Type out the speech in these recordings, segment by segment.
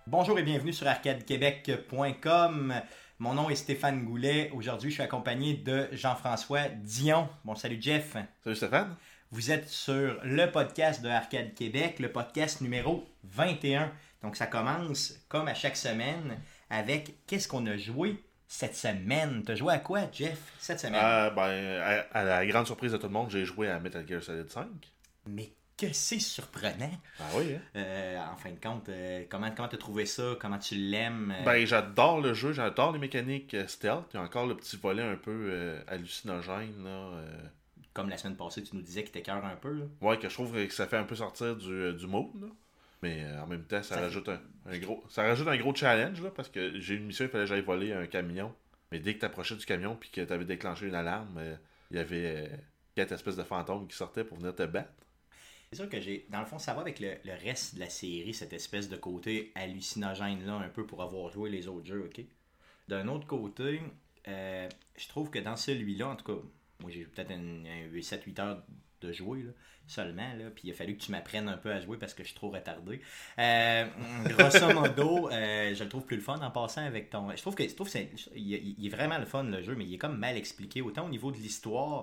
Bonjour et bienvenue sur arcadequebec.com. Mon nom est Stéphane Goulet. Aujourd'hui, je suis accompagné de Jean-François Dion. Bon, salut Jeff. Salut Stéphane. Vous êtes sur le podcast de Arcade Québec, le podcast numéro 21. Donc, ça commence, comme à chaque semaine, avec qu'est-ce qu'on a joué cette semaine. T'as joué à quoi, Jeff, cette semaine? À la grande surprise de tout le monde, j'ai joué à Metal Gear Solid 5. Mais que c'est surprenant. Ah oui, hein? En fin de compte, comment t'as trouvé ça? Comment tu l'aimes? J'adore le jeu, j'adore les mécaniques stealth. Il y a encore le petit volet un peu hallucinogène, là. Comme la semaine passée, tu nous disais qu'il t'écœure un peu, là. Ouais, que je trouve que ça fait un peu sortir du mood, là. Mais en même temps, ça rajoute un gros challenge, là, parce que j'ai une mission, il fallait que j'aille voler un camion. Mais dès que t'approchais du camion puis que t'avais déclenché une alarme, il y avait 4 espèces de fantômes qui sortaient pour venir te battre. C'est sûr que dans le fond, ça va avec le reste de la série, cette espèce de côté hallucinogène-là, un peu pour avoir joué les autres jeux, ok? D'un autre côté, je trouve que dans celui-là, en tout cas, moi j'ai peut-être 7-8 heures de jouer, là, seulement, là, puis il a fallu que tu m'apprennes un peu à jouer parce que je suis trop retardé. Grosso modo, je le trouve plus le fun en passant avec ton... Je trouve que il est vraiment le fun, le jeu, mais il est comme mal expliqué, autant au niveau de l'histoire...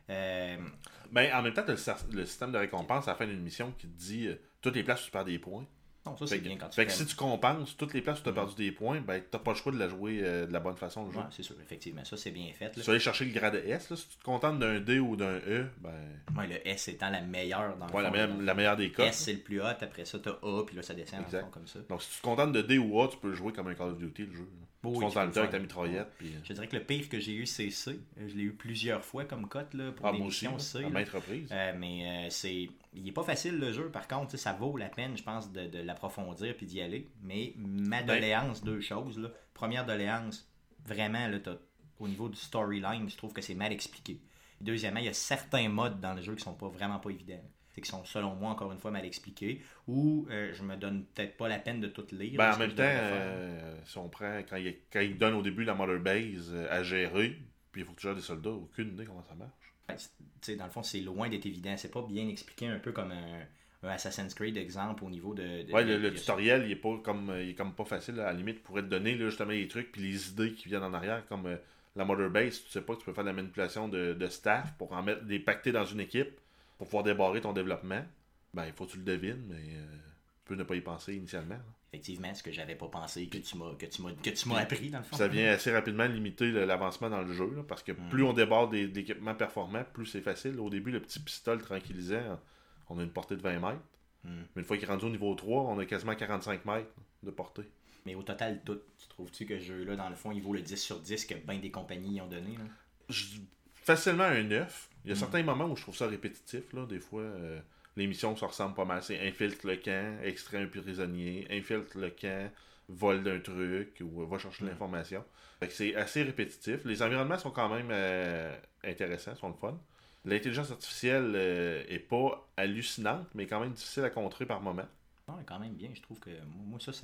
En même temps, t'as le système de récompense à la fin d'une mission qui te dit toutes les places où tu perds des points. Non, ça c'est bien quand tu Fait que si tu compenses toutes les places où tu as perdu des points, t'as pas le choix de la jouer de la bonne façon, le jeu. Ouais, c'est sûr, effectivement, ça c'est bien fait. Là. Si tu vas aller chercher le grade S, là, si tu te contentes d'un D ou d'un E, Ouais, le S étant la meilleure dans le fond. La meilleure des cas. S c'est le plus haut, après ça t'as A, puis là ça descend dans le fond comme ça. Donc si tu te contentes de D ou A, tu peux jouer comme un Call of Duty, le jeu. Tu fonces dans le tas avec ta mitraillette. Puis... Je dirais que le pire que j'ai eu, c'est C. Je l'ai eu plusieurs fois comme cote là, pour des missions C. À maintes reprises. Il est pas facile le jeu, par contre, ça vaut la peine, je pense, de l'approfondir puis d'y aller. Mais ma doléance, deux choses. Là. Première doléance, vraiment, là, au niveau du storyline, je trouve que c'est mal expliqué. Deuxièmement, il y a certains modes dans le jeu qui sont vraiment pas évidents. Qui sont, selon moi, encore une fois, mal expliqués, ou je me donne peut-être pas la peine de tout lire. En même temps, si on prend, quand il donne au début la Mother Base à gérer, puis il faut que tu gères des soldats, aucune idée comment ça marche. Dans le fond, c'est loin d'être évident. C'est pas bien expliqué, un peu comme un Assassin's Creed, exemple, au niveau de le tutoriel, il est comme pas facile. À la limite, il pourrait te donner là, justement les trucs, puis les idées qui viennent en arrière, comme la Mother Base, tu sais pas, tu peux faire de la manipulation de staff pour en mettre des pactés dans une équipe. Pour pouvoir débarrer ton développement, il faut que tu le devines, mais tu peux ne pas y penser initialement. Là. Effectivement, ce que j'avais pas pensé, que tu m'as appris dans le fond. Ça vient assez rapidement limiter l'avancement dans le jeu, là, parce que plus on débarre d'équipements performants, plus c'est facile. Au début, le petit pistolet tranquillisant, on a une portée de 20 mètres. Mais une fois qu'il est rendu au niveau 3, on a quasiment 45 mètres de portée. Mais au total, tu trouves-tu que ce jeu-là, dans le fond, il vaut le 10 sur 10 que bien des compagnies y ont donné? Là? Facilement un 9. Il y a certains moments où je trouve ça répétitif. Là. Des fois, les missions se ressemblent pas mal. C'est infiltre le camp, extrait un prisonnier, infiltre le camp, vole d'un truc ou va chercher l'information. Fait que c'est assez répétitif. Les environnements sont quand même intéressants, sont le fun. L'intelligence artificielle est pas hallucinante, mais quand même difficile à contrer par moment. Non, quand même bien. Je trouve que moi, ça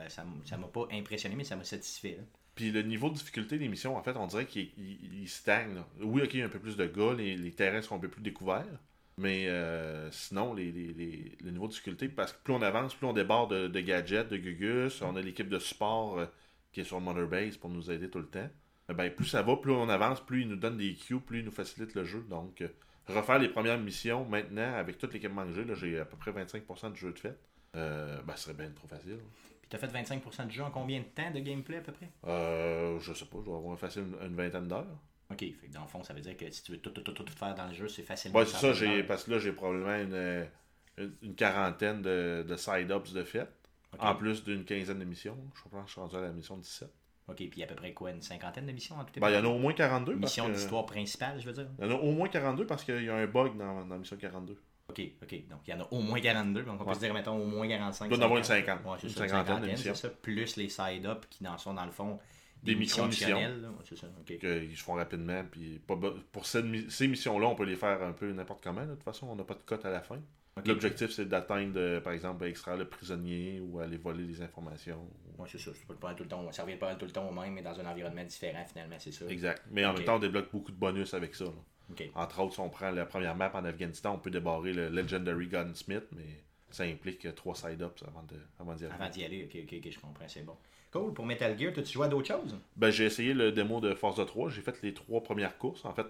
m'a pas impressionné, mais ça m'a satisfait. Là. Puis le niveau de difficulté des missions, en fait, on dirait qu'il stagne. Là. Oui, ok, il y a un peu plus de gars, les terrains sont un peu plus découverts, mais sinon, le niveau de difficulté, parce que plus on avance, plus on débarre de gadgets, de gugus, on a l'équipe de support qui est sur le Mother Base pour nous aider tout le temps. Plus ça va, plus on avance, plus il nous donne des cues, plus il nous facilite le jeu. Donc, refaire les premières missions maintenant, avec tout l'équipement que j'ai à peu près 25% du jeu de fait, ce serait bien trop facile. T'as fait 25% du jeu en combien de temps de gameplay à peu près? Je sais pas, je dois avoir facile une vingtaine d'heures. Ok, fait que dans le fond, ça veut dire que si tu veux tout faire dans le jeu, c'est facilement. Ouais, c'est ça, parce que là, j'ai probablement une quarantaine de side-ups de fait, en plus d'une quinzaine de missions. Je pense que je suis rendu à la mission 17. Ok, puis à peu près quoi, une cinquantaine de missions en tout il y en a au moins 42. Mission d'histoire principale, je veux dire? Il y en a au moins 42 parce qu'il y a un bug dans la mission 42. Ok. Donc, il y en a au moins 42. Donc, on peut se dire, mettons, au moins 45. Il doit y en avoir une 50. Ouais, c'est une ça, cinquantaine de missions. C'est ça, plus les side-up qui sont, dans le fond, des missions optionnelles. C'est ça, ok. Qu'ils se font rapidement. Puis pour ces missions-là, on peut les faire un peu n'importe comment. Là. De toute façon, on n'a pas de cote à la fin. Okay. L'objectif, c'est d'atteindre, par exemple, extraire le prisonnier ou aller voler des informations. Oui, c'est ça. Ça revient pas tout le temps au même, mais dans un environnement différent, finalement, c'est ça. Exact. Mais en même temps, on débloque beaucoup de bonus avec ça. Okay. Entre autres, si on prend la première map en Afghanistan, on peut débarrer le Legendary Gunsmith, mais ça implique 3 side-ups avant d'y arriver. Avant d'y aller, ok, je comprends, c'est bon. Cool, pour Metal Gear, t'as-tu joué à d'autres choses? Ben, j'ai essayé le démo de Forza 3, j'ai fait les 3 premières courses, en fait.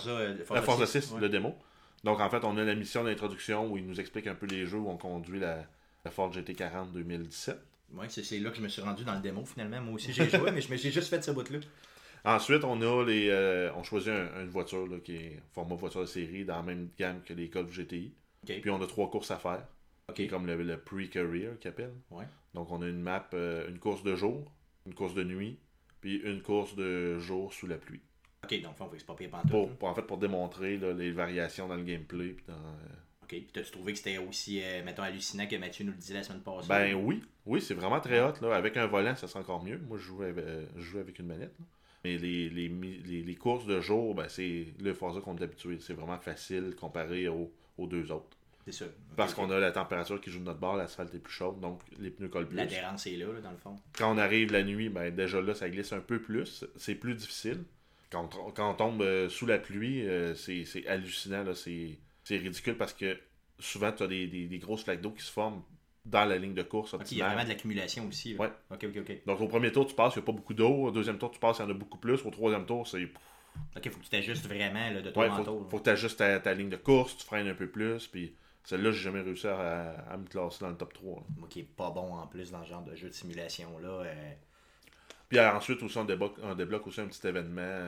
Forza 6, ouais. Le démo. Donc, en fait, on a la mission d'introduction où il nous explique un peu les jeux où on conduit la Ford GT40 2017. Oui, c'est là que je me suis rendu dans le démo, finalement. Moi aussi, j'ai joué, mais j'ai juste fait ce bout-là. Ensuite, on a on choisit une voiture là, qui est format voiture de série dans la même gamme que les Golf GTI. Okay. Puis on a 3 courses à faire. Okay. Comme le pre-career qu'ils appellent. Ouais. Donc on a une map, une course de jour, une course de nuit, puis une course de jour sous la pluie. Ok, donc on fait que c'est pas pire pantoute. Pour démontrer là, les variations dans le gameplay. Puis ok, puis t'as-tu trouvé que c'était aussi, mettons, hallucinant que Mathieu nous le disait la semaine passée? Ben oui, c'est vraiment très hot. Là. Avec un volant, ça sera encore mieux. Moi, je joue avec une manette. Là. Mais les courses de jour, ben, c'est le Forza qu'on est habitué. C'est vraiment facile comparé aux deux autres. C'est ça. Parce qu'on a la température qui joue de notre bord, l'asphalte est plus chaude, donc les pneus collent plus. L'adhérence est là, dans le fond. Quand on arrive la nuit, ben déjà là, ça glisse un peu plus. C'est plus difficile. Quand on tombe sous la pluie, c'est hallucinant. Là. C'est ridicule parce que souvent, tu as des grosses flaques d'eau qui se forment dans la ligne de course. Il y a vraiment de l'accumulation aussi. Là. Ouais. Ok. Donc au premier tour, tu passes, il n'y a pas beaucoup d'eau. Au deuxième tour, tu passes, il y en a beaucoup plus. Au troisième tour, c'est... Ok, faut que tu t'ajustes vraiment là, de ton manteau. Faut que tu ajustes ta ligne de course, tu freines un peu plus, puis... Celle-là, j'ai jamais réussi à me classer dans le top 3. Là. Moi qui est pas bon en plus dans le genre de jeu de simulation-là. Puis ensuite, aussi, on débloque aussi un petit événement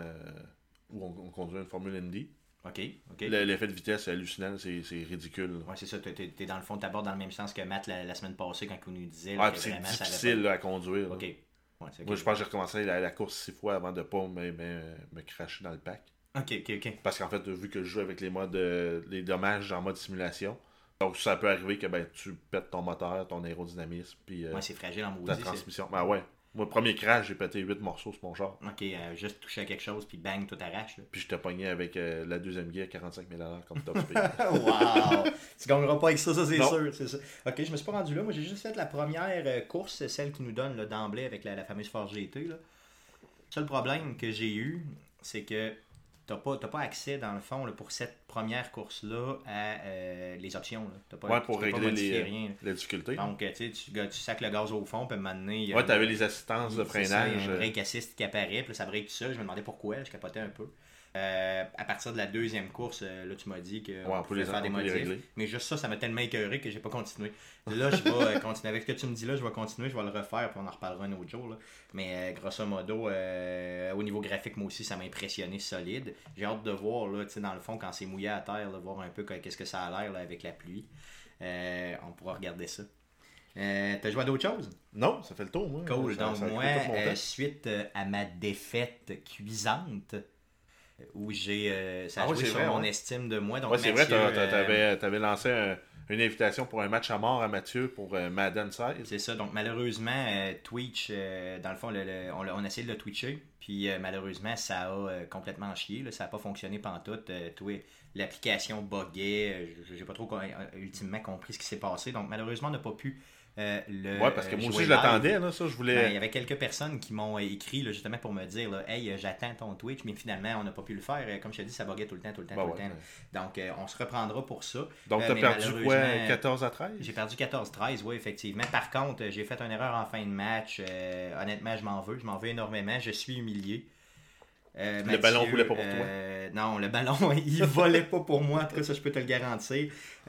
où on conduit une Formule Indy. Ok. L'effet de vitesse est hallucinant, c'est ridicule. Ouais, c'est ça. T'es dans le fond, t'abordes dans le même sens que Matt la semaine passée quand il nous disait. Là, c'est difficile là, à conduire. Ok. Ouais, moi, je pense que j'ai recommencé la course 6 fois avant de pas me cracher dans le pack. Ok. Parce qu'en fait, vu que je joue avec les dommages en mode simulation, donc ça peut arriver que tu pètes ton moteur, ton aérodynamisme, puis ouais, c'est fragile en maudit. Ta transmission. Ben ouais. Moi, premier crash, j'ai pété 8 morceaux sur mon char. Ok, juste toucher à quelque chose, puis bang, tout arrache. Là. Puis je t'ai pogné avec la deuxième gear 45 000 $ comme top speed. Wow! Tu gagneras pas avec ça, c'est sûr. C'est ça. Ok, je me suis pas rendu là. Moi, j'ai juste fait la première course, celle qui nous donne là, d'emblée avec la fameuse Ford GT. Là. Le seul problème que j'ai eu, c'est que t'as pas accès, dans le fond, là, pour cette première course-là, à les options. Là. T'as pas, pour régler les difficultés. Donc, tu sacs le gaz au fond, puis maintenant... Ouais, t'avais les assistances de freinage. Il y a un brake assist qui apparaît, puis ça brake tout seul. Je me demandais pourquoi, je capotais un peu. À partir de la deuxième course, là, tu m'as dit qu'on pouvait faire des modifs. Mais juste ça m'a tellement écœuré que j'ai pas continué. Là, je vais continuer. Avec ce que tu me dis là, je vais continuer, je vais le refaire, puis on en reparlera un autre jour. Là. Mais grosso modo, au niveau graphique, moi aussi, ça m'a impressionné solide. J'ai hâte de voir, là, dans le fond, quand c'est mouillé à terre, là, voir un peu qu'est-ce que ça a l'air là, avec la pluie. On pourra regarder ça. T'as joué à d'autres choses? Non, ça fait le tour, moi. Cool. Donc, moi, suite à ma défaite cuisante, où ça a joué sur mon estime de moi. Donc, ouais, c'est Mathieu, vrai, t'avais lancé une invitation pour un match à mort à Mathieu pour Madden 16. C'est ça. Donc, malheureusement, Twitch, dans le fond, on a essayé de le twitcher. Puis, malheureusement, ça a complètement chié. Là, ça n'a pas fonctionné pantoute. L'application buguait. J'ai pas trop ultimement compris ce qui s'est passé. Donc, malheureusement, on n'a pas pu parce que moi aussi je l'attendais, là, ça je voulais. Il y avait quelques personnes qui m'ont écrit là, justement pour me dire là, hey, j'attends ton Twitch, mais finalement on n'a pas pu le faire. Comme je te dis, ça buguait tout le temps. Donc on se reprendra pour ça. Donc t'as perdu quoi, 14-13? J'ai perdu 14-13, oui, effectivement. Par contre, j'ai fait une erreur en fin de match. Honnêtement, je m'en veux énormément. Je suis humilié. Le ballon roulait pas pour toi? Non, le ballon, il volait pas pour moi. En tout cas, ça, je peux te le garantir.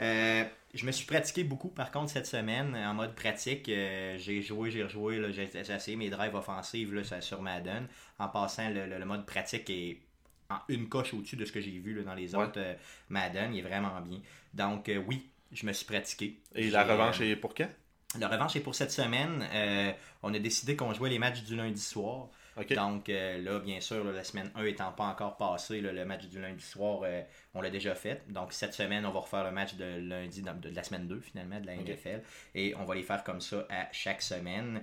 Je me suis pratiqué beaucoup, par contre, cette semaine, en mode pratique. J'ai rejoué. Là, j'ai essayé mes drives offensives là, sur Madden. En passant, le mode pratique est en une coche au-dessus de ce que j'ai vu là, dans les autres Madden. Il est vraiment bien. Donc, oui, je me suis pratiqué. Et la revanche est pour quand? La revanche est pour cette semaine. On a décidé qu'on jouait les matchs du lundi soir. Okay. Donc là, bien sûr, là, la semaine 1 étant pas encore passée, le match du lundi soir, on l'a déjà fait. Donc cette semaine, on va refaire le match de lundi de la semaine 2 finalement de la NFL. Et on va les faire comme ça à chaque semaine.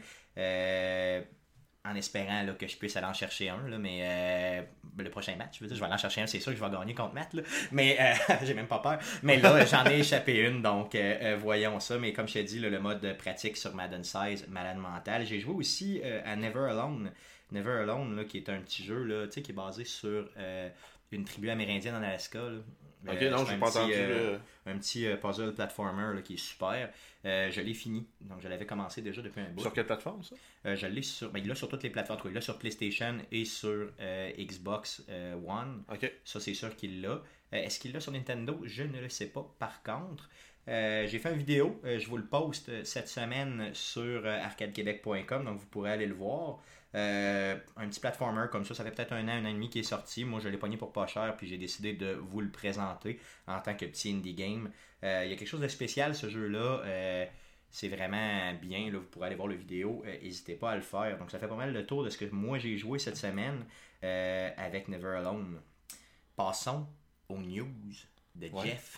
En espérant là, que je puisse aller en chercher un. Là, mais le prochain match, je vais aller en chercher un. C'est sûr que je vais gagner contre Matt. Là, mais j'ai même pas peur. Mais là, j'en ai échappé une. Donc voyons ça. Mais comme je t'ai dit, le mode pratique sur Madden 16, malade mental. J'ai joué aussi à Never Alone. Never Alone, là, qui est un petit jeu là, qui est basé sur une tribu amérindienne en Alaska. Là. Ok, non, j'ai pas entendu. Un petit puzzle platformer là, qui est super. Je l'ai fini. Donc, je l'avais commencé déjà depuis un bout. Sur quelle plateforme, ça? Je l'ai sur... Ben, il l'a sur toutes les plateformes. Il l'a sur PlayStation et sur Xbox One. Ok. Ça, c'est sûr qu'il l'a. Est-ce qu'il l'a sur Nintendo? Je ne le sais pas. Par contre, j'ai fait une vidéo. Je vous le poste cette semaine sur arcadequebec.com. Donc, vous pourrez aller le voir. Un petit platformer comme ça fait peut-être un an et demi qu'il est sorti. Moi, je l'ai pogné pour pas cher, puis j'ai décidé de vous le présenter en tant que petit indie game. Il y a quelque chose de spécial, ce jeu-là. C'est vraiment bien. Là, vous pourrez aller voir la vidéo. N'hésitez pas à le faire. Donc, ça fait pas mal le tour de ce que moi j'ai joué cette semaine avec Never Alone. Passons aux news de Jeff.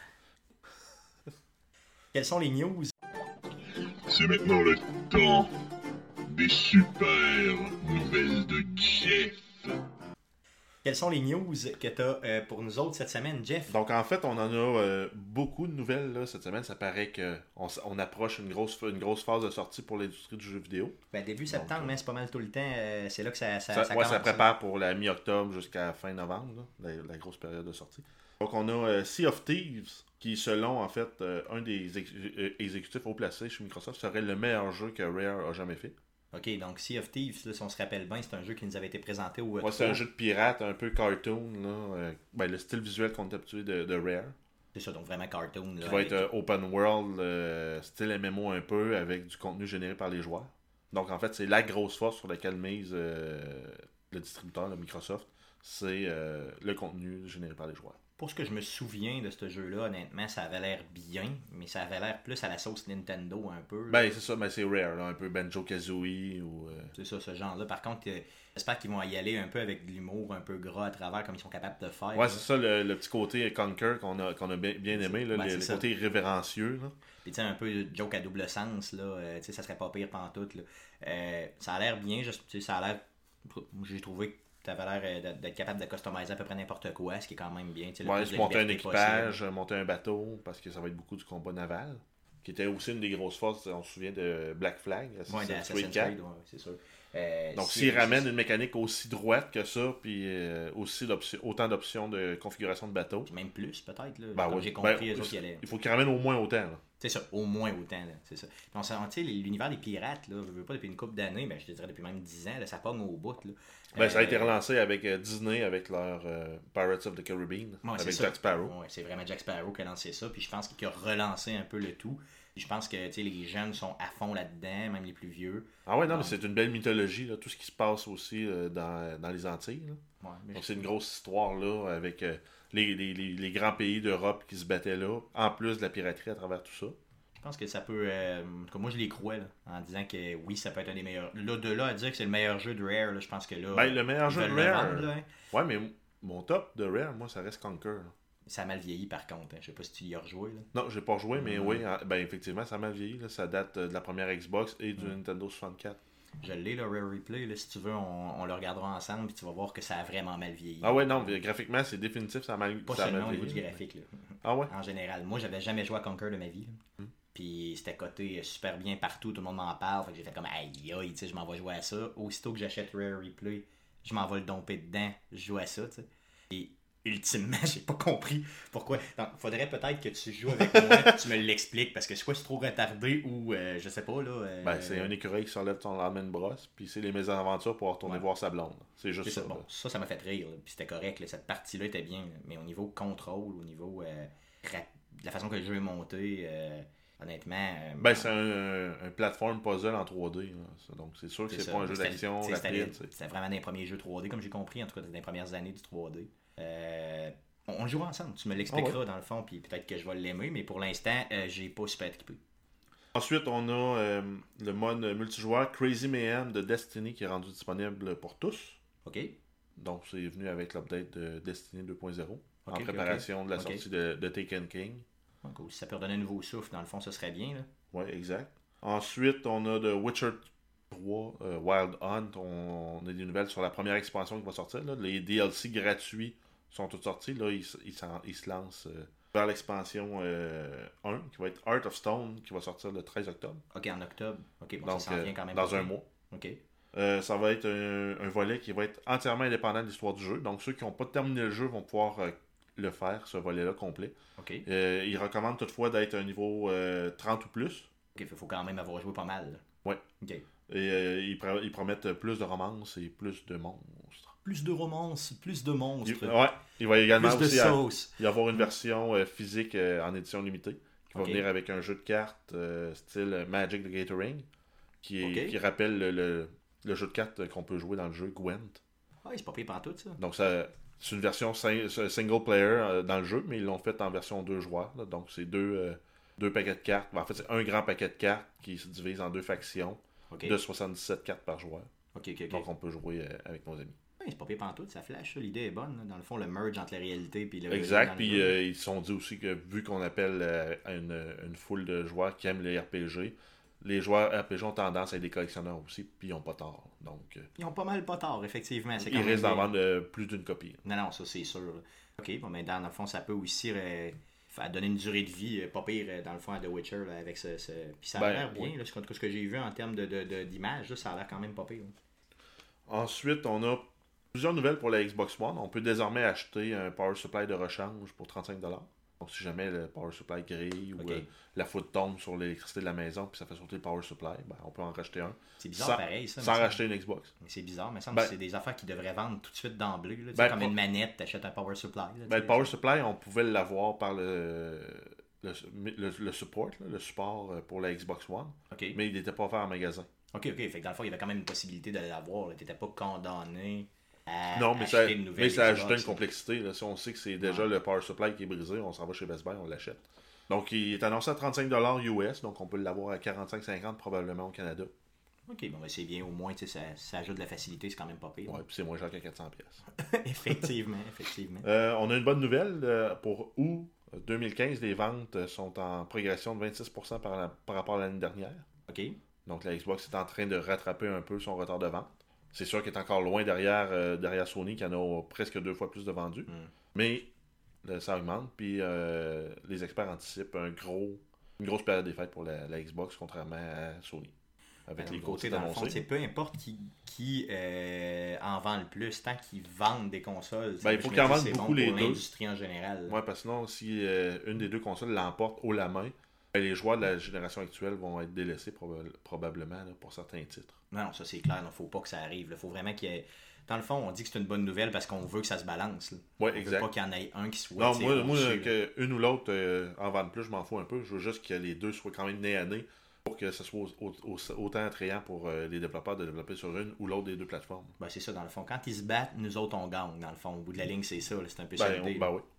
Quelles sont les news? C'est maintenant le temps des super nouvelles de Jeff. Quelles sont les news que tu as pour nous autres cette semaine, Jeff? Donc, en fait, on en a beaucoup de nouvelles là, cette semaine. Ça paraît qu'on approche une grosse phase de sortie pour l'industrie du jeu vidéo. Début septembre, mais c'est pas mal tout le temps. C'est là que ça commence. Ça prépare pour la mi-octobre jusqu'à fin novembre, là, la grosse période de sortie. Donc, on a Sea of Thieves, qui, selon, en fait, un des exécutifs haut placés chez Microsoft, serait le meilleur jeu que Rare a jamais fait. Ok, donc Sea of Thieves, là, si on se rappelle bien, c'est un jeu qui nous avait été présenté au E3. Ouais, c'est un jeu de pirate, un peu cartoon, là. Le style visuel qu'on est habitué de Rare. C'est ça, donc vraiment cartoon. Qui va être open world, style MMO un peu, avec du contenu généré par les joueurs. Donc, en fait, c'est la grosse force sur laquelle mise le distributeur, le Microsoft, c'est le contenu généré par les joueurs. Pour ce que je me souviens de ce jeu-là, honnêtement, ça avait l'air bien, mais ça avait l'air plus à la sauce Nintendo un peu. Ben, c'est ça, c'est Rare, là, un peu Banjo-Kazooie ou... C'est ça, ce genre-là. Par contre, j'espère qu'ils vont y aller un peu avec de l'humour un peu gras à travers, comme ils sont capables de faire. Ouais, là. C'est ça, le petit côté Conquer qu'on a bien aimé, là, le côté révérencieux. Là. Puis tu sais, un peu joke à double sens, là, tu sais, ça serait pas pire pantoute. Là. Ça a l'air bien, ça a l'air... J'ai trouvé que tu avais l'air d'être capable de customiser à peu près n'importe quoi, ce qui est quand même bien. Monter un équipage, monter un bateau, parce que ça va être beaucoup du combat naval, qui était aussi une des grosses forces, on se souvient de Black Flag, Assassin's Creed, c'est sûr. Donc s'ils ramènent une mécanique aussi droite que ça, puis aussi autant d'options de configuration de bateau. Même plus, peut-être. Là, comme j'ai compris, eux autres qui allaient... Il faut qu'ils ramènent au moins autant. Là. C'est ça, au moins autant. Là, c'est ça. Puis on sent, l'univers des pirates, là, je veux pas depuis une couple d'années, mais je te dirais depuis même 10 ans, là, ça pogne au bout. Là. Ça a été relancé avec Disney, avec leur Pirates of the Caribbean, avec Jack Sparrow. Ouais, c'est vraiment Jack Sparrow qui a lancé ça, puis je pense qu'il a relancé un peu le tout. Je pense que les jeunes sont à fond là-dedans, même les plus vieux. Ah ouais, non, mais c'est une belle mythologie, là, tout ce qui se passe aussi dans les Antilles. Là. Ouais, donc c'est une grosse histoire là, avec les grands pays d'Europe qui se battaient là, en plus de la piraterie à travers tout ça. Je pense que ça peut... en tout cas, moi, je les crois, là, en disant que oui, ça peut être un des meilleurs... Là, de là à dire que c'est le meilleur jeu de Rare, là, je pense que là... le meilleur jeu de Rare... Vendre, là, hein. Ouais, mais mon top de Rare, moi, ça reste Conquer. Là. Ça a mal vieilli, par contre. Hein. Je sais pas si tu y as rejoué. Là. Non, j'ai pas rejoué, mais oui, effectivement, ça a mal vieilli. Là. Ça date de la première Xbox et du Nintendo 64. Je l'ai, le Rare Replay. Là, si tu veux, on le regardera ensemble, puis tu vas voir que ça a vraiment mal vieilli. Ah ouais, non, graphiquement, c'est définitif, ça a mal vieilli. Pas seulement au niveau du graphique. Là. Ah ouais? En général. Moi, j'avais jamais joué à Conquer de ma vie. Puis c'était coté super bien partout, tout le monde m'en parle. Fait que j'ai fait comme aïe aïe, tu sais, je m'en vais jouer à ça. Aussitôt que j'achète Rare Replay, je m'en vais le domper dedans, je joue à ça, tu sais. Et ultimement, j'ai pas compris pourquoi. Donc, faudrait peut-être que tu joues avec moi, tu me l'expliques, parce que soit c'est trop retardé ou je sais pas, là. C'est un écureuil qui s'enlève son lendemain de brosse, puis c'est les mésaventures pour retourner voir sa blonde. C'est juste ça. Bon, ça m'a fait rire, là. Puis c'était correct, là. Cette partie-là était bien, là. Mais au niveau contrôle, au niveau de la façon que le jeu est monté, honnêtement... c'est un platform puzzle en 3D, là. Donc c'est sûr que c'est pas un jeu d'action rapide. C'était vraiment des premiers jeux 3D, comme j'ai compris, en tout cas, des premières années du 3D. On le jouera ensemble, tu me l'expliqueras dans le fond, puis peut-être que je vais l'aimer, mais pour l'instant, j'ai pas super équipé. Ensuite, on a le mode multijoueur Crazy Mayhem de Destiny qui est rendu disponible pour tous. OK. Donc, c'est venu avec l'update de Destiny 2.0 en préparation de la sortie de Taken King. Cool. Si ça peut redonner un nouveau souffle, dans le fond, ce serait bien. Oui, exact. Ensuite, on a The Witcher 3 Wild Hunt. On a des nouvelles sur la première expansion qui va sortir. Là. Les DLC gratuits sont tous sortis. Là, ils se lancent vers l'expansion 1, qui va être Heart of Stone, qui va sortir le 13 octobre. OK, en octobre. OK, bon, donc, ça s'en vient quand même. Dans un mois. OK. Ça va être un volet qui va être entièrement indépendant de l'histoire du jeu. Donc, ceux qui n'ont pas terminé le jeu vont pouvoir le faire, ce volet-là complet. OK. Il recommande toutefois d'être un niveau 30 ou plus. OK, il faut quand même avoir joué pas mal. Là. Ouais. OK. Et ils promettent plus de romance et plus de monstres. Plus de romance, plus de monstres. Il va également plus de aussi sauce. y avoir une version physique en édition limitée qui va venir avec un jeu de cartes style Magic the Gathering qui rappelle le jeu de cartes qu'on peut jouer dans le jeu Gwent. Ah, c'est pas pire pantoute, ça. Donc, c'est une version single player dans le jeu, mais ils l'ont fait en version 2 joueurs. Là. Donc, c'est deux paquets de cartes. En fait, c'est un grand paquet de cartes qui se divise en 2 factions de 77 cartes par joueur. Donc, on peut jouer avec nos amis. Oui, c'est pas pire pantoute, ça flash. Ça. L'idée est bonne. Là. Dans le fond, le merge entre la réalité et le... Exact. Puis, ils se sont dit aussi que vu qu'on appelle une foule de joueurs qui aiment les RPG, les joueurs RPG ont tendance à être des collectionneurs aussi, puis ils n'ont pas tort. Donc, ils ont pas mal pas tort, effectivement. Ils risquent d'en vendre plus d'une copie. Non, ça c'est sûr. OK, bon, mais dans le fond, ça peut aussi donner une durée de vie pas pire, dans le fond, à The Witcher, là, avec ce... Puis ça a l'air bien, là, ce que j'ai vu en termes d'image, ça a l'air quand même pas pire. Ensuite, on a plusieurs nouvelles pour la Xbox One. On peut désormais acheter un Power Supply de rechange pour 35$. Donc, si jamais le Power Supply grille ou la foudre tombe sur l'électricité de la maison puis ça fait sauter le Power Supply, on peut en racheter un. C'est bizarre pareil, ça. Sans racheter une Xbox. C'est bizarre, mais ça me semble que c'est des affaires qu'ils devraient vendre tout de suite d'emblée. Comme une manette, t'achètes un Power Supply. Là, le Power Supply, on pouvait l'avoir par le support, le support pour la Xbox One. Mais il n'était pas offert en magasin. OK. Fait que dans le fond, il y avait quand même une possibilité de l'avoir. Tu n'étais pas condamné. Non, mais ça ajoutait une complexité. Là. Si on sait que c'est déjà le Power Supply qui est brisé, on s'en va chez Best Buy, on l'achète. Donc, il est annoncé à 35$ US, donc on peut l'avoir à 45-50$ probablement au Canada. OK, bon, ben c'est bien, au moins, ça ajoute de la facilité, c'est quand même pas pire. Ouais, puis c'est moins cher qu'à 400$. effectivement. On a une bonne nouvelle. Pour août 2015, les ventes sont en progression de 26% par rapport à l'année dernière. OK. Donc, la Xbox est en train de rattraper un peu son retard de vente. C'est sûr qu'il est encore loin derrière Sony, qui en a presque 2 fois plus de vendus. Mais ça augmente. Puis les experts anticipent une grosse période des fêtes pour la Xbox, contrairement à Sony. Avec les côtés dans le fond, c'est peu importe qui en vend le plus, tant qu'ils vendent des consoles. Il faut qu'ils en vendent beaucoup les deux. L'industrie en général. Oui, parce que sinon, si une des deux consoles l'emporte haut la main, les joueurs de la génération actuelle vont être délaissés probablement là, pour certains titres. Non, ça c'est clair. Il ne faut pas que ça arrive. Il faut vraiment qu'il y ait... Dans le fond, on dit que c'est une bonne nouvelle parce qu'on veut que ça se balance. Oui, exact. Veut pas qu'il y en ait un qui soit... Non, moi qu'une ou l'autre en vende plus, je m'en fous un peu. Je veux juste que les deux soient quand même nez à nez pour que ce soit autant attrayant pour les développeurs de développer sur une ou l'autre des deux plateformes. Ben, c'est ça, dans le fond. Quand ils se battent, nous autres, on gagne. Dans le fond, au bout de la ligne, c'est ça. Là, c'est un peu ça. Oui.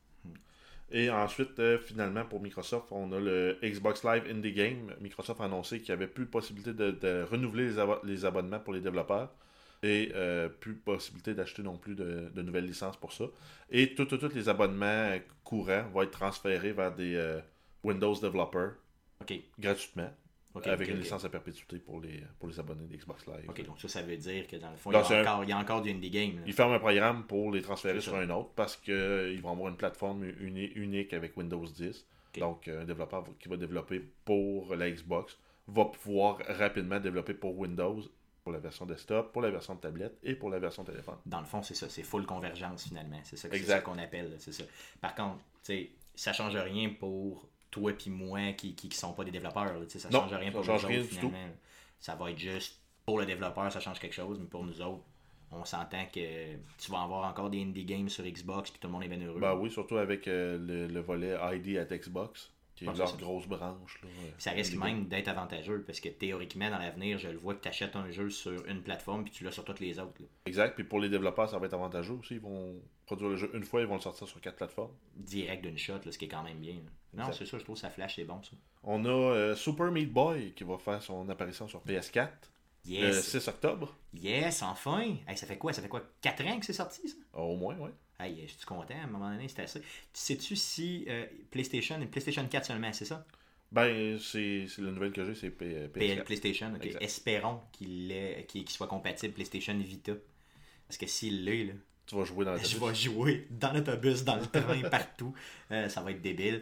Et ensuite, finalement, pour Microsoft, on a le Xbox Live Indie Game. Microsoft a annoncé qu'il n'y avait plus possibilité de renouveler les abonnements pour les développeurs et plus possibilité d'acheter non plus de nouvelles licences pour ça. Et tous les abonnements courants vont être transférés vers des Windows Developers gratuitement. Avec une licence à perpétuité pour les abonnés d'Xbox Live. OK, donc ça veut dire que dans le fond, il y a encore du indie game. Là. Ils ferment un programme pour les transférer sur un autre parce qu'ils vont avoir une plateforme unique avec Windows 10. Donc, un développeur qui va développer pour la Xbox va pouvoir rapidement développer pour Windows, pour la version desktop, pour la version de tablette et pour la version téléphone. Dans le fond, c'est ça. C'est full convergence finalement. C'est ça qu'on appelle. C'est ça. Par contre, ça ne change rien pour... toi puis moi qui sont pas des développeurs, ça change rien pour nous autres finalement. Ça va être juste pour le développeur, ça change quelque chose, mais pour nous autres, on s'entend que tu vas avoir encore des indie games sur Xbox puis tout le monde est bien heureux. Oui, surtout avec le volet ID at Xbox, qui est leur grosse branche. Là, ça risque même d'être avantageux parce que théoriquement, dans l'avenir, je le vois que tu achètes un jeu sur une plateforme puis tu l'as sur toutes les autres. Là. Exact, puis pour les développeurs, ça va être avantageux aussi. Ils vont produire le jeu une fois, ils vont le sortir sur 4 plateformes. Direct d'une shot, là, ce qui est quand même bien. Là. Non, c'est ça, je trouve que ça flash, c'est bon ça. On a Super Meat Boy qui va faire son apparition sur PS4 le 6 octobre. Yes, enfin! Hey, ça fait quoi? 4 ans que c'est sorti, ça? Au moins, oui. Hey, je suis content, à un moment donné, c'était assez. Sais-tu si PlayStation 4 seulement, c'est ça? Ben, c'est la nouvelle que j'ai, c'est PS4. PlayStation, ok. Exact. Espérons qu'il soit compatible PlayStation Vita. Parce que s'il l'est, là... Tu vas jouer dans l'autobus. Je vais jouer dans l'autobus, dans le train, partout. Ça va être débile.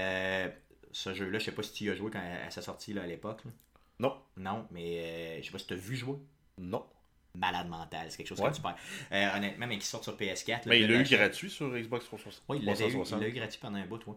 Ce jeu-là, je sais pas si tu y as joué quand à sa sortie là, à l'époque. Là. Non. Non, mais je sais pas si tu as vu jouer. Non. malade mental. C'est quelque chose Ouais. que tu perds. Honnêtement, mais qui sort sur PS4. Mais là, il je l'a eu l'achète. gratuit sur Xbox 360. Oui, il l'a 360. eu gratuit pendant un bout, oui.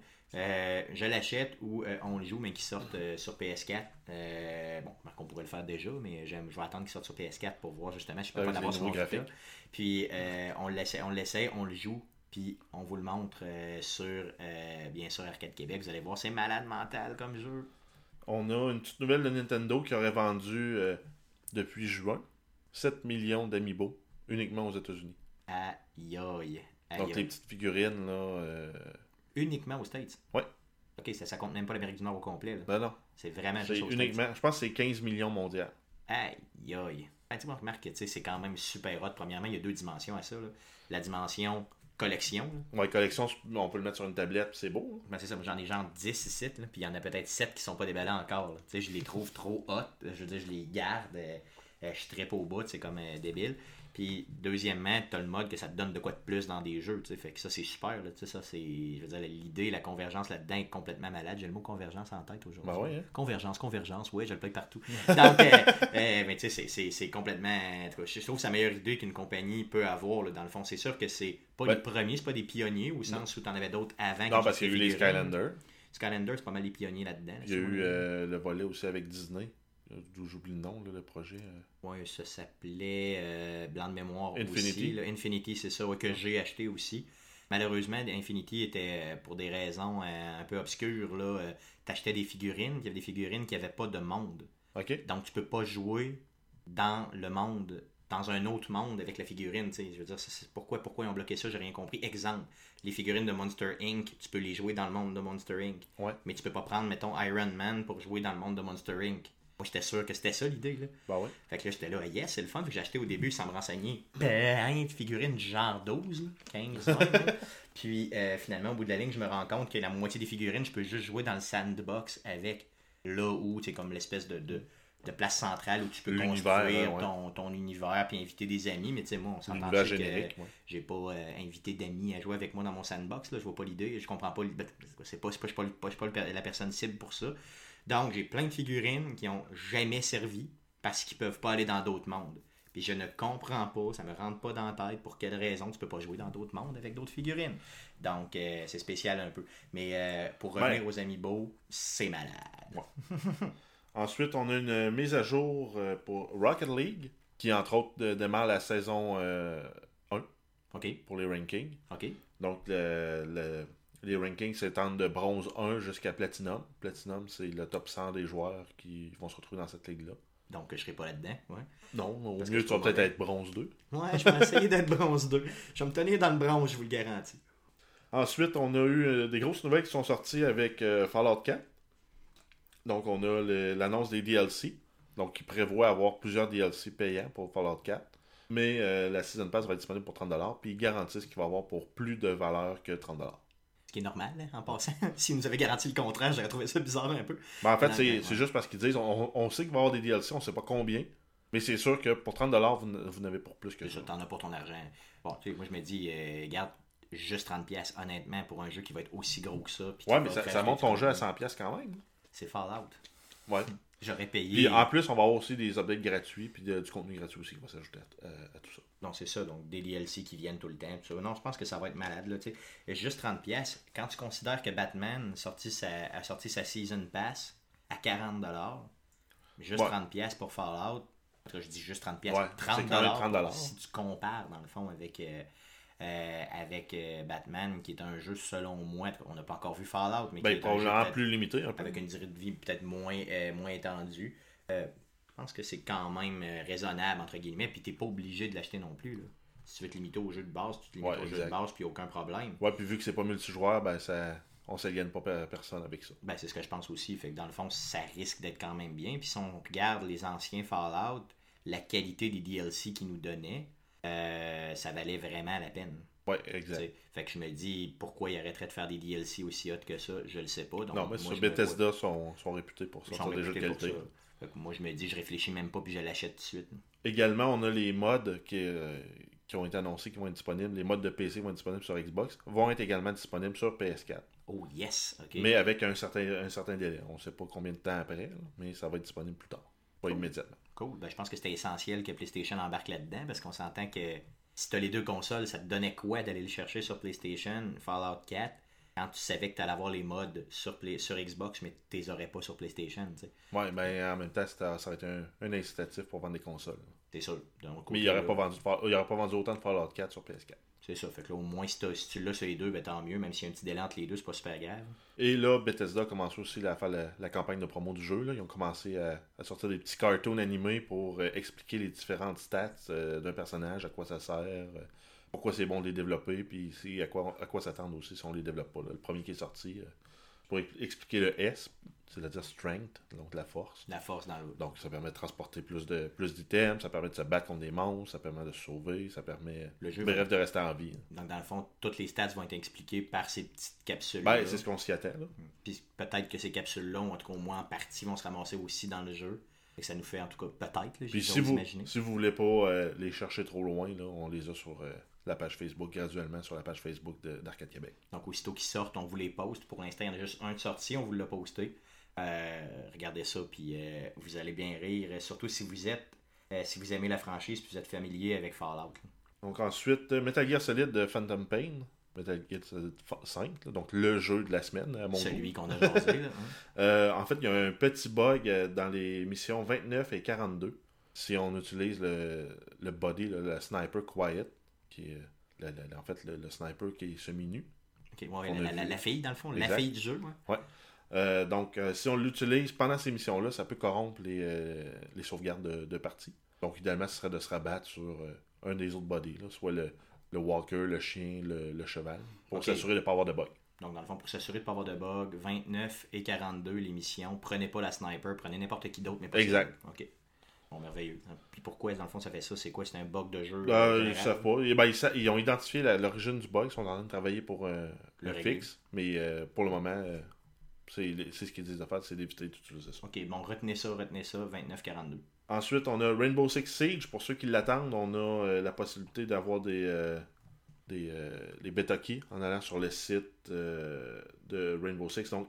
Je l'achète ou on le joue, mais qui sortent sur PS4. Bon, on pourrait le faire déjà, mais je vais attendre qu'il sorte sur PS4 pour voir justement. Je ne peux pas Avec l'avoir les sur mon nouveaux Vita. graphiques. Puis on l'essaie, on le joue, puis on vous le montre sur, bien sûr, Arcade Québec. Vous allez voir, c'est malade mental comme jeu. On a une petite nouvelle de Nintendo qui aurait vendu depuis juin 7 millions d'amiibo uniquement aux États-Unis. Aïe aïe. Donc les petites figurines là. Uniquement aux States. Ouais. Ok, ça compte même pas l'Amérique du Nord au complet. Là. Ben non. C'est vraiment C'est juste aux uniquement. States. Je pense que c'est 15 millions mondial. Aïe aïe. Ben, tu vois, remarque que c'est quand même super hot. Premièrement, il y a 2 dimensions à ça. Là. La dimension collection. Là. Ouais, collection, on peut le mettre sur une tablette, puis c'est beau. Hein? Ben, c'est ça, j'en ai genre 10 ici, là, puis il y en a peut-être 7 qui sont pas déballés encore. Tu sais, je les trouve trop hot. Je veux dire, je les garde. Je suis très au bout, c'est comme débile. Puis, deuxièmement, tu as le mode que ça te donne de quoi de plus dans des jeux, tu sais. Fait que ça, c'est super, là, tu sais, ça, c'est, je veux dire, l'idée, la convergence là-dedans est complètement malade. J'ai le mot convergence en tête aujourd'hui. Ben ouais, hein? Convergence, oui, je le paye partout. Donc, ben, tu sais, c'est complètement, en tout cas, je trouve que c'est la meilleure idée qu'une compagnie peut avoir, là, dans le fond. C'est sûr que c'est pas les premiers, c'est pas des pionniers, au sens où tu en avais d'autres avant. Non, parce qu'il y a eu les Skylanders. Skylanders, c'est pas mal les pionniers là-dedans. Il y a eu le volet aussi avec Disney. D'où j'oublie le nom, là, le projet. Oui, ça s'appelait Blanc de mémoire Infinity. aussi. Là. Infinity, c'est ça, ouais, que j'ai acheté aussi. Malheureusement, Infinity était, pour des raisons un peu obscures, là, t'achetais des figurines, il y avait des figurines qui n'avaient pas de monde. OK. Donc, tu peux pas jouer dans le monde, dans un autre monde avec la figurine. T'sais. Je veux dire, pourquoi ils ont bloqué ça, j'ai rien compris. Exemple, les figurines de Monster Inc., tu peux les jouer dans le monde de Monster Inc. Ouais. Mais tu peux pas prendre, mettons, Iron Man pour jouer dans le monde de Monster Inc. Moi, j'étais sûr que c'était ça l'idée. Là. Ben ouais. Fait que là, j'étais là, yes, c'est le fun. Fait que j'ai acheté au début sans me renseigner. Ben, figurine du genre 12, là, 15, 20. Là. Puis finalement, au bout de la ligne, je me rends compte que la moitié des figurines, je peux juste jouer dans le sandbox avec. Là où, c'est comme l'espèce de place centrale où tu peux construire ton univers puis inviter des amis. Mais tu sais, moi, on s'entend que j'ai pas invité d'amis à jouer avec moi dans mon sandbox. Là. Je vois pas l'idée. Je comprends pas. Je suis pas la personne cible pour ça. Donc, j'ai plein de figurines qui ont jamais servi parce qu'ils peuvent pas aller dans d'autres mondes. Puis je ne comprends pas, ça me rentre pas dans la tête pour quelle raison tu peux pas jouer dans d'autres mondes avec d'autres figurines. Donc, c'est spécial un peu. Mais pour revenir aux Amiibo, c'est malade. Ouais. Ensuite, on a une mise à jour pour Rocket League, qui entre autres démarre la saison 1 pour les rankings. OK. Donc, les rankings s'étendent de bronze 1 jusqu'à Platinum. Platinum, c'est le top 100 des joueurs qui vont se retrouver dans cette ligue-là. Donc, je serai pas là-dedans, ouais. Non, au mieux, tu vas peut-être être bronze 2. Ouais, je vais essayer d'être bronze 2. Je vais me tenir dans le bronze, je vous le garantis. Ensuite, on a eu des grosses nouvelles qui sont sorties avec Fallout 4. Donc, on a l'annonce des DLC. Donc, qui prévoit avoir plusieurs DLC payants pour Fallout 4. Mais la Season Pass va être disponible pour 30$. Puis, ils garantissent qu'il va avoir pour plus de valeur que 30$. Ce qui est normal, hein, en passant. S'ils nous avaient garanti le contraire, j'aurais trouvé ça bizarre un peu. Ben, en fait, c'est juste parce qu'ils disent on sait qu'il va y avoir des DLC, on sait pas combien. Mais c'est sûr que pour 30$, vous n'avez pour plus que ça. T'en as pour ton argent. Bon, tu sais, moi je me dis, regarde, juste 30$ honnêtement pour un jeu qui va être aussi gros que ça. Ouais, mais ça monte ton jeu à 100$ quand même. C'est Fallout. Ouais. J'aurais payé. Puis en plus, on va avoir aussi des updates gratuits, puis du contenu gratuit aussi qui va s'ajouter à tout ça. Non, c'est ça, donc des DLC qui viennent tout le temps. Tout ça. Non, je pense que ça va être malade. Là, t'sais. Juste 30$, quand tu considères que Batman a sorti sa Season Pass à 40$, juste 30$ pour Fallout, je dis juste 30$, ouais, 30$, si tu compares dans le fond avec Batman, qui est un jeu selon moi, on n'a pas encore vu Fallout, mais qui est probablement plus limité un peu. avec une durée de vie peut-être moins étendue. Je pense que c'est quand même raisonnable entre guillemets, puis t'es pas obligé de l'acheter non plus. Là. Si tu veux te limiter au jeu de base, tu te limites au jeu de base, puis aucun problème. Ouais, puis vu que c'est pas multijoueur, ben on s'aliène pas personne avec ça. Ben c'est ce que je pense aussi, fait que dans le fond ça risque d'être quand même bien. Puis si on regarde les anciens Fallout, la qualité des DLC qu'ils nous donnaient, ça valait vraiment la peine. Ouais, exact. T'sais, fait que je me dis, pourquoi ils arrêteraient de faire des DLC aussi hot que ça, je le sais pas. Donc, non, mais sur Bethesda sont réputés pour ça, des jeux de qualité. Fait que moi je me dis, je réfléchis même pas puis je l'achète tout de suite. Également, on a les mods qui ont été annoncés, qui vont être disponibles. Les mods de PC vont être disponibles sur Xbox, vont être également disponibles sur PS4. Oh yes, ok. Mais avec un certain délai. On ne sait pas combien de temps après, là, mais ça va être disponible plus tard. Pas immédiatement. Cool. Ben, je pense que c'était essentiel que PlayStation embarque là-dedans parce qu'on s'entend que si tu as les deux consoles, ça te donnait quoi d'aller le chercher sur PlayStation, Fallout 4, quand tu savais que tu allais avoir les mods sur Xbox, mais tu les aurais pas sur PlayStation. T'sais. Ouais, mais en même temps, ça aurait été un incitatif pour vendre des consoles. C'est sûr. Donc, mais il n'aurait pas vendu autant de Fallout 4 sur PS4. C'est ça. Fait que là, au moins, si tu l'as sur les deux, ben, tant mieux. Même s'il y a un petit délai entre les deux, c'est pas super grave. Et là, Bethesda a commencé aussi à faire la campagne de promo du jeu. Là. Ils ont commencé à sortir des petits cartoons animés pour expliquer les différentes stats d'un personnage, à quoi ça sert, pourquoi c'est bon de les développer, puis ici, à quoi s'attendre aussi si on les développe pas. Là. Le premier qui est sorti, pour expliquer le S, c'est-à-dire strength, donc la force. La force dans le... Donc ça permet de transporter plus d'items, ça permet de se battre contre des monstres, ça permet de se sauver, ça permet de rester en vie. Donc dans le fond, toutes les stats vont être expliquées par ces petites capsules. Ben, c'est ce qu'on s'y attend. Là. Puis peut-être que ces capsules-là, en tout cas au moins en partie, vont se ramasser aussi dans le jeu. Et ça nous fait en tout cas peut-être, là, puis si vous voulez pas les chercher trop loin, là, on les a sur la page Facebook, graduellement sur la page Facebook d'Arcade Québec. Donc aussitôt qu'ils sortent, on vous les poste. Pour l'instant, il y en a juste un de sorti, on vous l'a posté. Regardez ça, puis vous allez bien rire. Surtout si vous aimez la franchise, puis vous êtes familier avec Fallout. Là. Donc ensuite, Metal Gear Solid de Phantom Pain. Metal Gear Solid 5, là, donc le jeu de la semaine à mon Celui qu'on a jasé. Là, en fait, il y a un petit bug dans les missions 29 et 42. Si on utilise le body, le sniper quiet, qui est en fait le sniper qui est semi-nu. Okay, ouais, la fille, dans le fond, exact. La fille du jeu. Ouais. Donc, si on l'utilise pendant ces missions-là, ça peut corrompre les sauvegardes de partie. Donc, idéalement, ce serait de se rabattre sur un des autres bodies, là, soit le walker, le chien, le cheval, pour s'assurer de ne pas avoir de bug. Donc, dans le fond, pour s'assurer de ne pas avoir de bug, 29 et 42, les missions, prenez pas la sniper, prenez n'importe qui d'autre, mais pas exact. OK. Bon, merveilleux. Puis pourquoi, dans le fond, ça fait ça? C'est quoi? C'est un bug de jeu? Ils ne savent pas. Et ben, ils ont identifié l'origine du bug, ils sont en train de travailler pour le fixe, mais pour le moment... c'est ce qu'ils disent de faire, c'est d'éviter d'utiliser ça. Ok, bon, retenez ça, 29-42. Ensuite, on a Rainbow Six Siege. Pour ceux qui l'attendent, on a la possibilité d'avoir des beta keys en allant sur le site de Rainbow Six, donc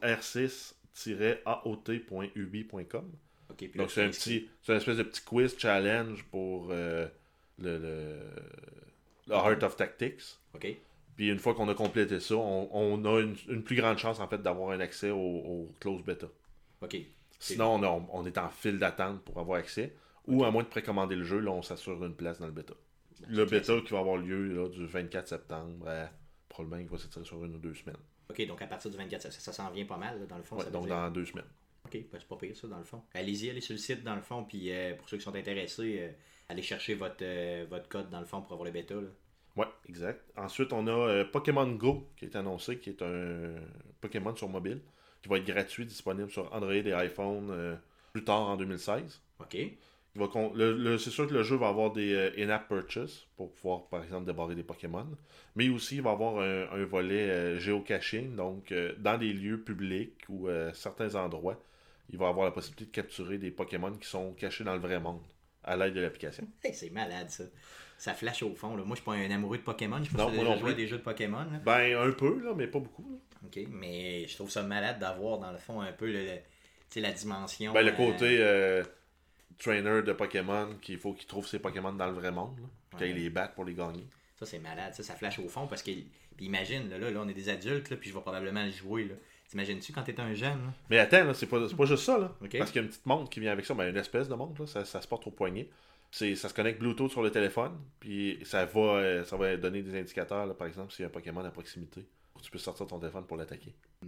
r6-aot.ubi.com. Okay, donc c'est une espèce de petit quiz challenge pour le Heart of Tactics. Ok. Puis une fois qu'on a complété ça, on a une plus grande chance en fait d'avoir un accès au close beta. Ok. Sinon, on est en file d'attente pour avoir accès. Ou à moins de précommander le jeu, là, on s'assure une place dans le bêta. Le bêta qui va avoir lieu là, du 24 septembre, probablement il va s'étirer sur 1 ou 2 semaines. Ok, donc à partir du 24, ça s'en vient pas mal, là, dans le fond. Ouais, donc dans 2 semaines. Ok, ben, c'est pas pire ça, dans le fond. Allez sur le site, dans le fond, puis pour ceux qui sont intéressés, allez chercher votre code, dans le fond, pour avoir le bêta. Là. Ouais, exact. Ensuite, on a Pokémon Go qui est annoncé, qui est un Pokémon sur mobile, qui va être gratuit, disponible sur Android et iPhone plus tard en 2016. OK. C'est sûr que le jeu va avoir des in-app purchase pour pouvoir, par exemple, débarrer des Pokémon. Mais aussi, il va avoir un volet géocaching, donc dans des lieux publics ou certains endroits, il va avoir la possibilité de capturer des Pokémon qui sont cachés dans le vrai monde à l'aide de l'application. Hey, c'est malade, ça. Ça flash au fond. Là. Moi, je suis pas un amoureux de Pokémon. Je pense que j'ai déjà joué à des jeux de Pokémon. Là. Ben, un peu, là, mais pas beaucoup. Là. OK, mais je trouve ça malade d'avoir, dans le fond, un peu la dimension... Ben, le côté trainer de Pokémon, qu'il faut qu'il trouve ses Pokémon dans le vrai monde, là, puis qu'il les batte pour les gagner. Ça, c'est malade. Ça flash au fond, parce que... Puis imagine, là, on est des adultes, là, puis je vais probablement le jouer, là. T'imagines-tu quand t'es un jeune? Là? Mais attends, là, c'est pas juste ça, là. Okay. Parce qu'il y a une petite montre qui vient avec ça, ben, une espèce de montre, là, ça se porte au poignet. Ça se connecte Bluetooth sur le téléphone, puis ça va donner des indicateurs, là, par exemple, s'il y a un Pokémon à proximité, pour que tu puisses sortir ton téléphone pour l'attaquer.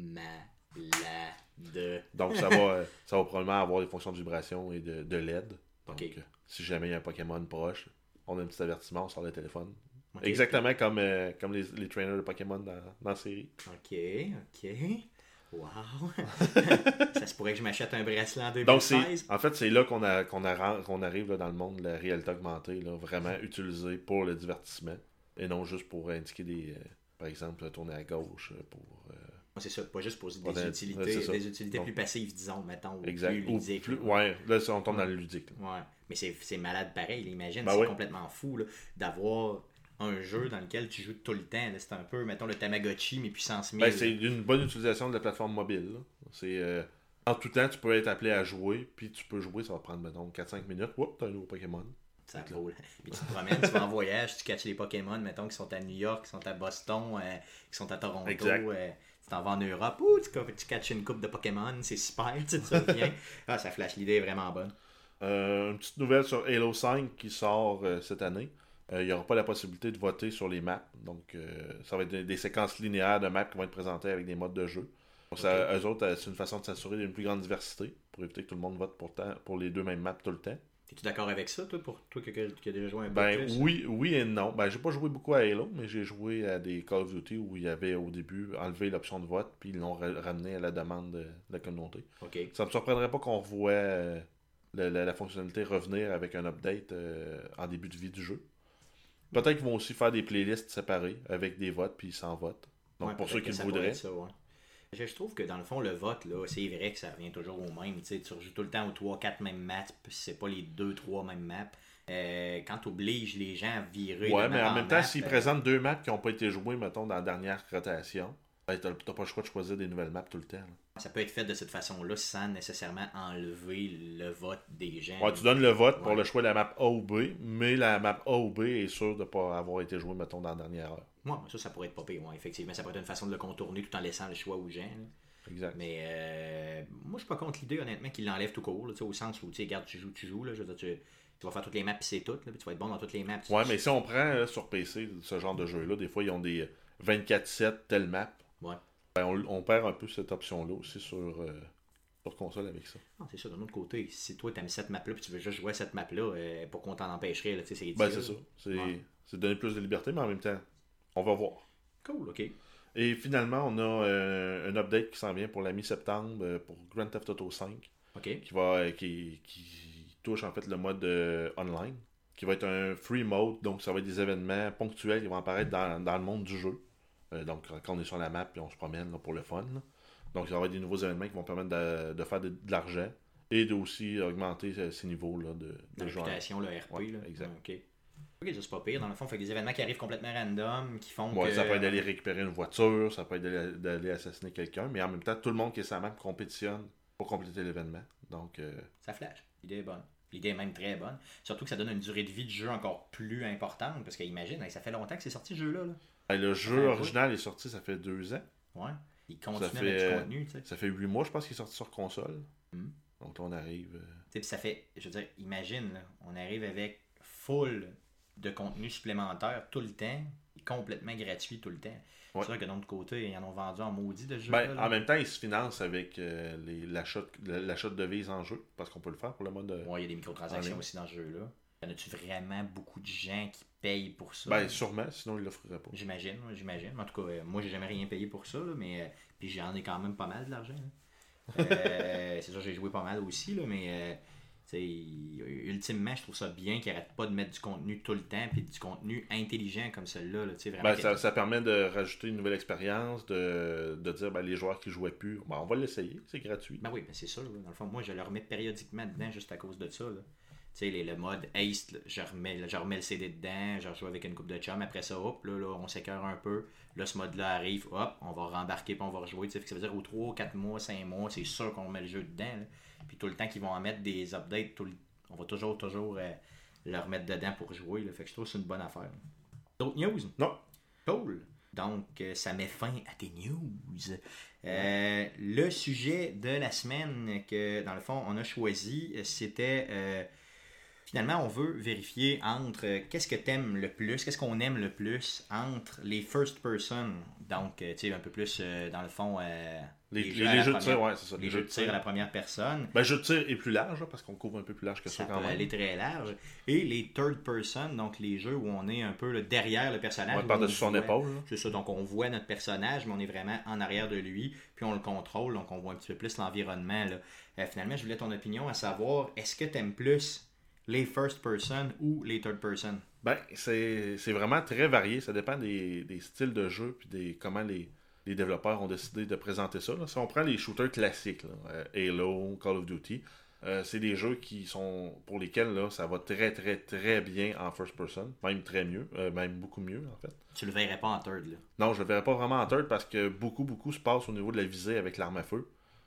Donc ça va probablement avoir des fonctions de vibration et de LED. Donc si jamais il y a un Pokémon proche, on a un petit avertissement, on sort le téléphone. Okay. Exactement comme les trainers de Pokémon dans la série. Ok. Wow! Ça se pourrait que je m'achète un bracelet en 2016. Donc, en fait, c'est là qu'on arrive là, dans le monde de la réalité augmentée, là, vraiment utilisé pour le divertissement et non juste pour indiquer par exemple, tourner à gauche pour... c'est ça, pas juste pour des utilités plus passives, disons, mettons, exact. Plus ludiques. Ouais, là, on tombe dans le ludique. Là. Ouais, mais c'est malade pareil, là, imagine, ben c'est complètement fou là, d'avoir un jeu dans lequel tu joues tout le temps. Là. C'est un peu, mettons, le Tamagotchi, mais puissance 1000. Ben, c'est une bonne utilisation de la plateforme mobile. Là. C'est En tout temps, tu peux être appelé à jouer, puis tu peux jouer, ça va te prendre, mettons, 4-5 minutes. Oups, t'as un nouveau Pokémon. Ça vaut. Puis tu te promènes, tu vas en voyage, tu catches les Pokémon, mettons, qui sont à New York, qui sont à Boston, qui sont à Toronto. Tu t'en vas en Europe, tu catches une coupe de Pokémon, c'est super, tu reviens. Ah, ça flash, l'idée est vraiment bonne. Une petite nouvelle sur Halo 5 qui sort cette année. Il n'y aura pas la possibilité de voter sur les maps. Donc, ça va être des séquences linéaires de maps qui vont être présentées avec des modes de jeu. Donc, eux autres, c'est une façon de s'assurer d'une plus grande diversité pour éviter que tout le monde vote pour les deux mêmes maps tout le temps. Es-tu d'accord avec ça, toi, pour toi qui as déjà joué un peu plus? Oui et non. J'ai pas joué beaucoup à Halo, mais j'ai joué à des Call of Duty où il y avait au début enlevé l'option de vote, puis ils l'ont ramené à la demande de la communauté. Okay. Ça me surprendrait pas qu'on revoie la fonctionnalité revenir avec un update en début de vie du jeu. Peut-être qu'ils vont aussi faire des playlists séparées avec des votes puis sans vote. Donc pour ceux qui le voudraient. Ça, ouais. Je trouve que dans le fond, le vote, là, c'est vrai que ça revient toujours au même. Tu rejoues tout le temps aux 3-4 mêmes maps, puis c'est pas les 2-3 mêmes maps. Quand tu obliges les gens à virer. Ouais, mais en même temps, s'ils présentent 2 maps qui n'ont pas été jouées, mettons, dans la dernière rotation, t'as pas le choix de choisir des nouvelles maps tout le temps. Là. Ça peut être fait de cette façon-là sans nécessairement enlever le vote des gens. Ouais, tu donnes le vote pour le choix de la map A ou B, mais la map A ou B est sûre de ne pas avoir été jouée, mettons, dans la dernière heure. Ouais, ça pourrait être pas pire. Ouais, effectivement, ça pourrait être une façon de le contourner tout en laissant le choix aux gens. Là. Exact. Mais moi, je suis pas contre l'idée, honnêtement, qu'il l'enlève tout court. Là, au sens où, regarde, tu joues. Là, je veux dire, tu vas faire toutes les maps, puis c'est tout. Là, puis tu vas être bon dans toutes les maps. Ouais, mais si on prend sur PC ce genre de jeu-là, des fois, ils ont des 24/7 telle map. Ouais. On perd un peu cette option-là aussi sur console avec ça. Non, c'est ça, d'un autre côté, si toi t'aimes cette map-là et tu veux juste jouer à cette map-là, pourquoi on t'en empêcherait, là, c'est ridicule. C'est ça. C'est donner plus de liberté, mais en même temps, on va voir. Cool, ok. Et finalement, on a un update qui s'en vient pour la mi-septembre pour Grand Theft Auto 5. Ok. Qui touche en fait le mode online. Qui va être un free mode, donc ça va être des événements ponctuels qui vont apparaître dans le monde du jeu. Donc quand on est sur la map et on se promène là, pour le fun. Là. Donc, il va y avoir des nouveaux événements qui vont permettre de faire de l'argent et d'aussi augmenter ces niveaux-là de joueurs. Réputation, le RP. Ouais, là. exact. Ok, ça c'est pas pire. Dans le fond, fait des événements qui arrivent complètement random, qui font ouais, que... ça peut être d'aller récupérer une voiture, ça peut être d'aller assassiner quelqu'un, mais en même temps, tout le monde qui est sur la map compétitionne pour compléter l'événement. Donc, ça flash. L'idée est bonne. L'idée est même très bonne. Surtout que ça donne une durée de vie du jeu encore plus importante, parce qu'imagine, ça fait longtemps que c'est sorti ce jeu-là. Là. Le jeu original est sorti, ça fait 2 ans. Ouais. Il continue à mettre du contenu, tu sais. Ça fait 8 mois, je pense, qu'il est sorti sur console. Mm. Donc là, on arrive... Puis ça fait, je veux dire, imagine, là, on arrive avec full de contenu supplémentaire tout le temps, complètement gratuit tout le temps. Ouais. C'est vrai que d'un autre côté, ils en ont vendu en maudit de jeux. En même temps, ils se financent avec l'achat de devises en jeu, parce qu'on peut le faire pour le mode... Ouais, il y a des microtransactions aussi dans ce jeu-là. Y en a-tu vraiment beaucoup de gens qui payent pour ça? Sûrement, sinon ils l'offriraient pas. J'imagine. En tout cas, moi, j'ai jamais rien payé pour ça, là, mais puis j'en ai quand même pas mal de l'argent. C'est sûr, j'ai joué pas mal aussi, là, mais ultimement, je trouve ça bien qu'ils n'arrêtent pas de mettre du contenu tout le temps, puis du contenu intelligent comme celui-là. Vraiment ça permet de rajouter une nouvelle expérience, de dire les joueurs qui jouaient plus, on va l'essayer, c'est gratuit. Ben oui, mais c'est ça. Là. Dans le fond, moi, je le remets périodiquement dedans juste à cause de ça. Là. Le mode Ace, là, je remets le CD dedans, je rejoue avec une coupe de chum. Après ça, hop, là, on s'écœure un peu. Là, ce mode-là arrive, hop, on va rembarquer puis on va rejouer. Ça veut dire aux 3, 4 mois, 5 mois, c'est sûr qu'on met le jeu dedans. Là. Puis tout le temps qu'ils vont en mettre des updates, on va toujours le remettre dedans pour jouer. Là. Fait que je trouve que c'est une bonne affaire. D'autres news? Non. Cool. Donc, ça met fin à tes news. Le sujet de la semaine que, dans le fond, on a choisi, c'était... Finalement, on veut vérifier entre qu'est-ce que t'aimes le plus, qu'est-ce qu'on aime le plus entre les first person, donc tu sais un peu plus dans le fond les jeux de tir, ouais, c'est ça. Les jeux de tir à la première personne. Jeu de tir est plus large parce qu'on couvre un peu plus large que ça quand même. Ça peut aller très large. Et les third person, donc les jeux où on est un peu derrière le personnage. On par-dessus son épaule. C'est ça, donc on voit notre personnage, mais on est vraiment en arrière de lui, puis on le contrôle, donc on voit un petit peu plus l'environnement. Là. Finalement, je voulais ton opinion à savoir, est-ce que t'aimes plus les first person ou les third person? C'est vraiment très varié. Ça dépend des styles de jeu puis comment les développeurs ont décidé de présenter ça. Là. Si on prend les shooters classiques, là, Halo, Call of Duty, c'est des jeux pour lesquels là, ça va très très très bien en first person. Même très mieux. Même beaucoup mieux en fait. Tu le verrais pas en third là? Non, je le verrais pas vraiment en third parce que beaucoup se passe au niveau de la visée avec l'arme à feu.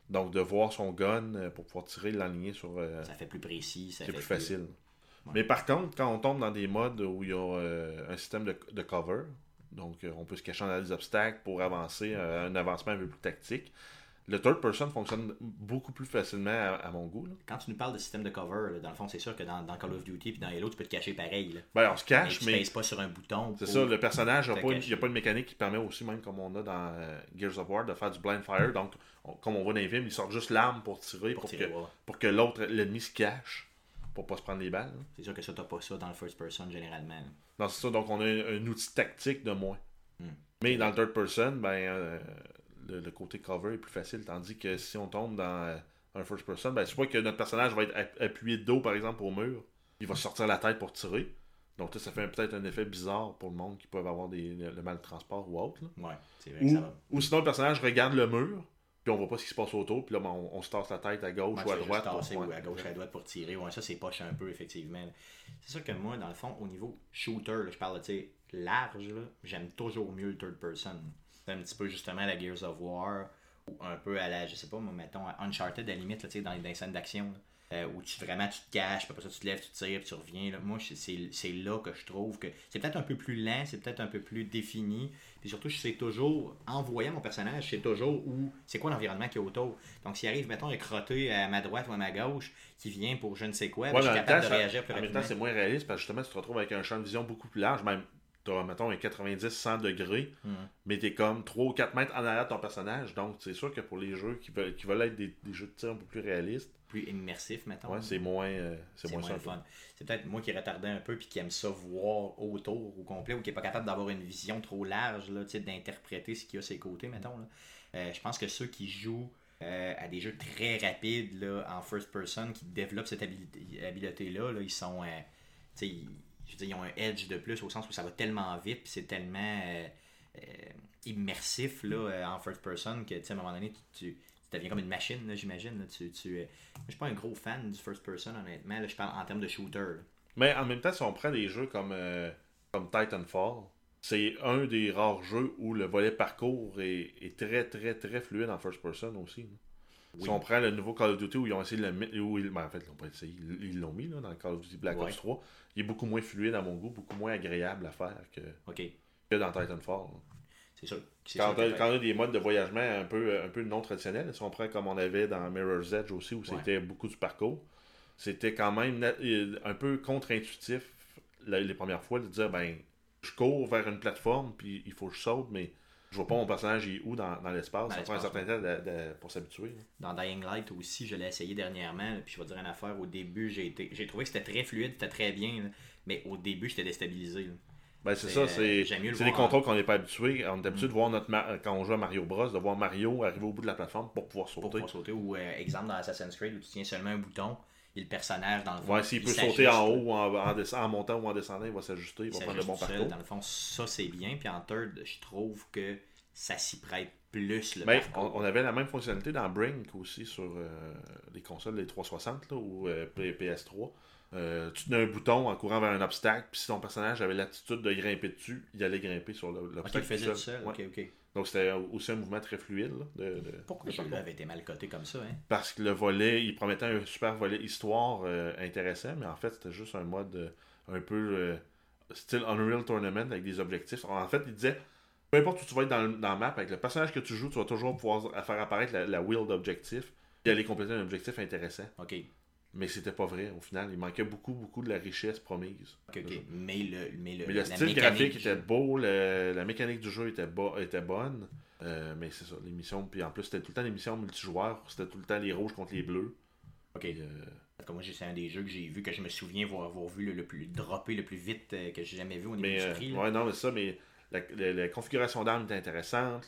Donc, de voir son gun pour pouvoir tirer, l'enligner sur... Ça fait plus précis. C'est plus facile. Ouais. Mais par contre, quand on tombe dans des modes où il y a un système de cover, donc on peut se cacher dans des obstacles pour avancer, un avancement un peu plus tactique, le third person fonctionne beaucoup plus facilement à mon goût. Là. Quand tu nous parles de système de cover, là, dans le fond, c'est sûr que dans Call of Duty et dans Halo, tu peux te cacher pareil. Là. Ben, on se cache, mais tu pèses pas sur un bouton. C'est ça, le personnage, il n'y a pas une mécanique qui permet aussi, même comme on a dans Gears of War, de faire du blind fire. Donc, comme on voit dans les films, ils sortent juste l'arme pour tirer, pour que l'ennemi se cache, pour pas se prendre les balles. Là. C'est sûr que ça, t'as pas ça dans le first person généralement. Là. Non, c'est ça, donc on a un outil tactique de moins. Mais dans le third person, ben... le côté cover est plus facile, tandis que si on tombe dans un first person, ben, soit que notre personnage va être appuyé de dos, par exemple, au mur, il va sortir la tête pour tirer. Donc ça fait peut-être un effet bizarre pour le monde qui peut avoir le mal de transport ou autre. Là. Ouais, c'est vrai que ça va. Ou sinon, le personnage regarde le mur, puis on voit pas ce qui se passe autour, puis là, ben, on se tasse la tête à gauche ou à droite. Ou à gauche, à droite pour tirer. Ouais, ça, c'est poche un peu, effectivement. C'est sûr que moi, dans le fond, au niveau shooter, là, je parle large, là, j'aime toujours mieux le third person. Un petit peu justement à la Gears of War ou un peu à la, je sais pas, mettons à Uncharted à la limite là, dans les scènes d'action où tu te caches, puis après ça tu te lèves, tu tires, puis tu reviens. Là. Moi, c'est là que je trouve que c'est peut-être un peu plus lent, c'est peut-être un peu plus défini. Puis surtout, je sais toujours, en voyant mon personnage, je sais toujours où c'est quoi l'environnement qui est autour. Donc s'il arrive, mettons, un crotté à ma droite ou à ma gauche qui vient pour je ne sais quoi, je suis capable de réagir plus rapidement. En même temps, c'est moins réaliste parce que justement, tu te retrouves avec un champ de vision beaucoup plus large, même. T'as, mettons, un 90-100 degrés, mais t'es comme 3 ou 4 mètres en arrière de ton personnage. Donc, c'est sûr que pour les jeux qui veulent être des jeux de tir un peu plus réalistes, plus immersif, mettons. Ouais, c'est moins fun. C'est peut-être moi qui est retardé un peu puis qui aime ça voir autour au complet ou qui n'est pas capable d'avoir une vision trop large, là, d'interpréter ce qu'il y a à ses côtés, mettons. Là. Je pense que ceux qui jouent à des jeux très rapides là, en first person, qui développent cette habileté-là, là, ils sont... je veux dire, ils ont un edge de plus au sens où ça va tellement vite puis c'est tellement immersif là, en first person que à un moment donné tu deviens comme une machine là, j'imagine là, je suis pas un gros fan du first person honnêtement là, je parle en termes de shooter là. Mais en même temps si on prend des jeux comme Titanfall, c'est un des rares jeux où le volet parcours est très très très fluide en first person aussi là. Oui. Si on prend le nouveau Call of Duty où ils ont essayé de le mettre, en fait, ils l'ont pas essayé, ils l'ont mis là, dans le Call of Duty Black Ops 3, il est beaucoup moins fluide à mon goût, beaucoup moins agréable à faire que dans Titanfall. Là. C'est sûr. Quand on a des modes de voyagement un peu non traditionnels, si on prend comme on avait dans Mirror's Edge aussi, où c'était beaucoup du parcours, c'était quand même un peu contre-intuitif les premières fois de dire, ben, je cours vers une plateforme, puis il faut que je saute, mais je vois pas mon personnage il est où dans l'espace. Ça prend un certain temps pour s'habituer. Là. Dans Dying Light aussi, je l'ai essayé dernièrement. Puis je vais dire une affaire. Au début, j'ai trouvé que c'était très fluide, c'était très bien. Là, mais au début, j'étais déstabilisé. Là. Ben c'est ça, c'est des contrôles qu'on n'est pas habitué. On est habitué de voir quand on joue à Mario Bros, de voir Mario arriver au bout de la plateforme pour pouvoir sauter. Ou exemple dans Assassin's Creed où tu tiens seulement un bouton et le personnage dans le fond. Ouais, s'il peut sauter en haut ou en montant ou en descendant, il va s'ajuster, il va prendre le bon parcours. Dans le fond, ça c'est bien. Puis en third, je trouve que ça s'y prête plus le parcours. On avait la même fonctionnalité dans Brink aussi sur les consoles des 360 là, ou PS3. Tu tenais un bouton en courant vers un obstacle, puis si ton personnage avait l'attitude de grimper dessus, il allait grimper sur l'obstacle. Ok, il faisait tout seul. Ok. Donc c'était aussi un mouvement très fluide. Là, Pourquoi le jeu avait été mal coté comme ça hein? Parce que le volet, il promettait un super volet histoire intéressant, mais en fait c'était juste un mode un peu style Unreal Tournament avec des objectifs. En fait, il disait peu importe où tu vas être dans la map, avec le personnage que tu joues, tu vas toujours pouvoir faire apparaître la wheel d'objectifs et aller compléter un objectif intéressant. Ok. Mais c'était pas vrai, au final. Il manquait beaucoup de la richesse promise. Ok. Mais le style graphique était beau, la mécanique du jeu était bonne. Mais c'est ça, l'émission. Puis en plus, c'était tout le temps l'émission multijoueur. C'était tout le temps les rouges contre les bleus. Ok. Moi, c'est un des jeux que j'ai vu, que je me souviens avoir vu le plus droppé le plus vite que j'ai jamais vu au niveau du prix. Ouais, non, mais ça, mais la configuration d'armes était intéressante.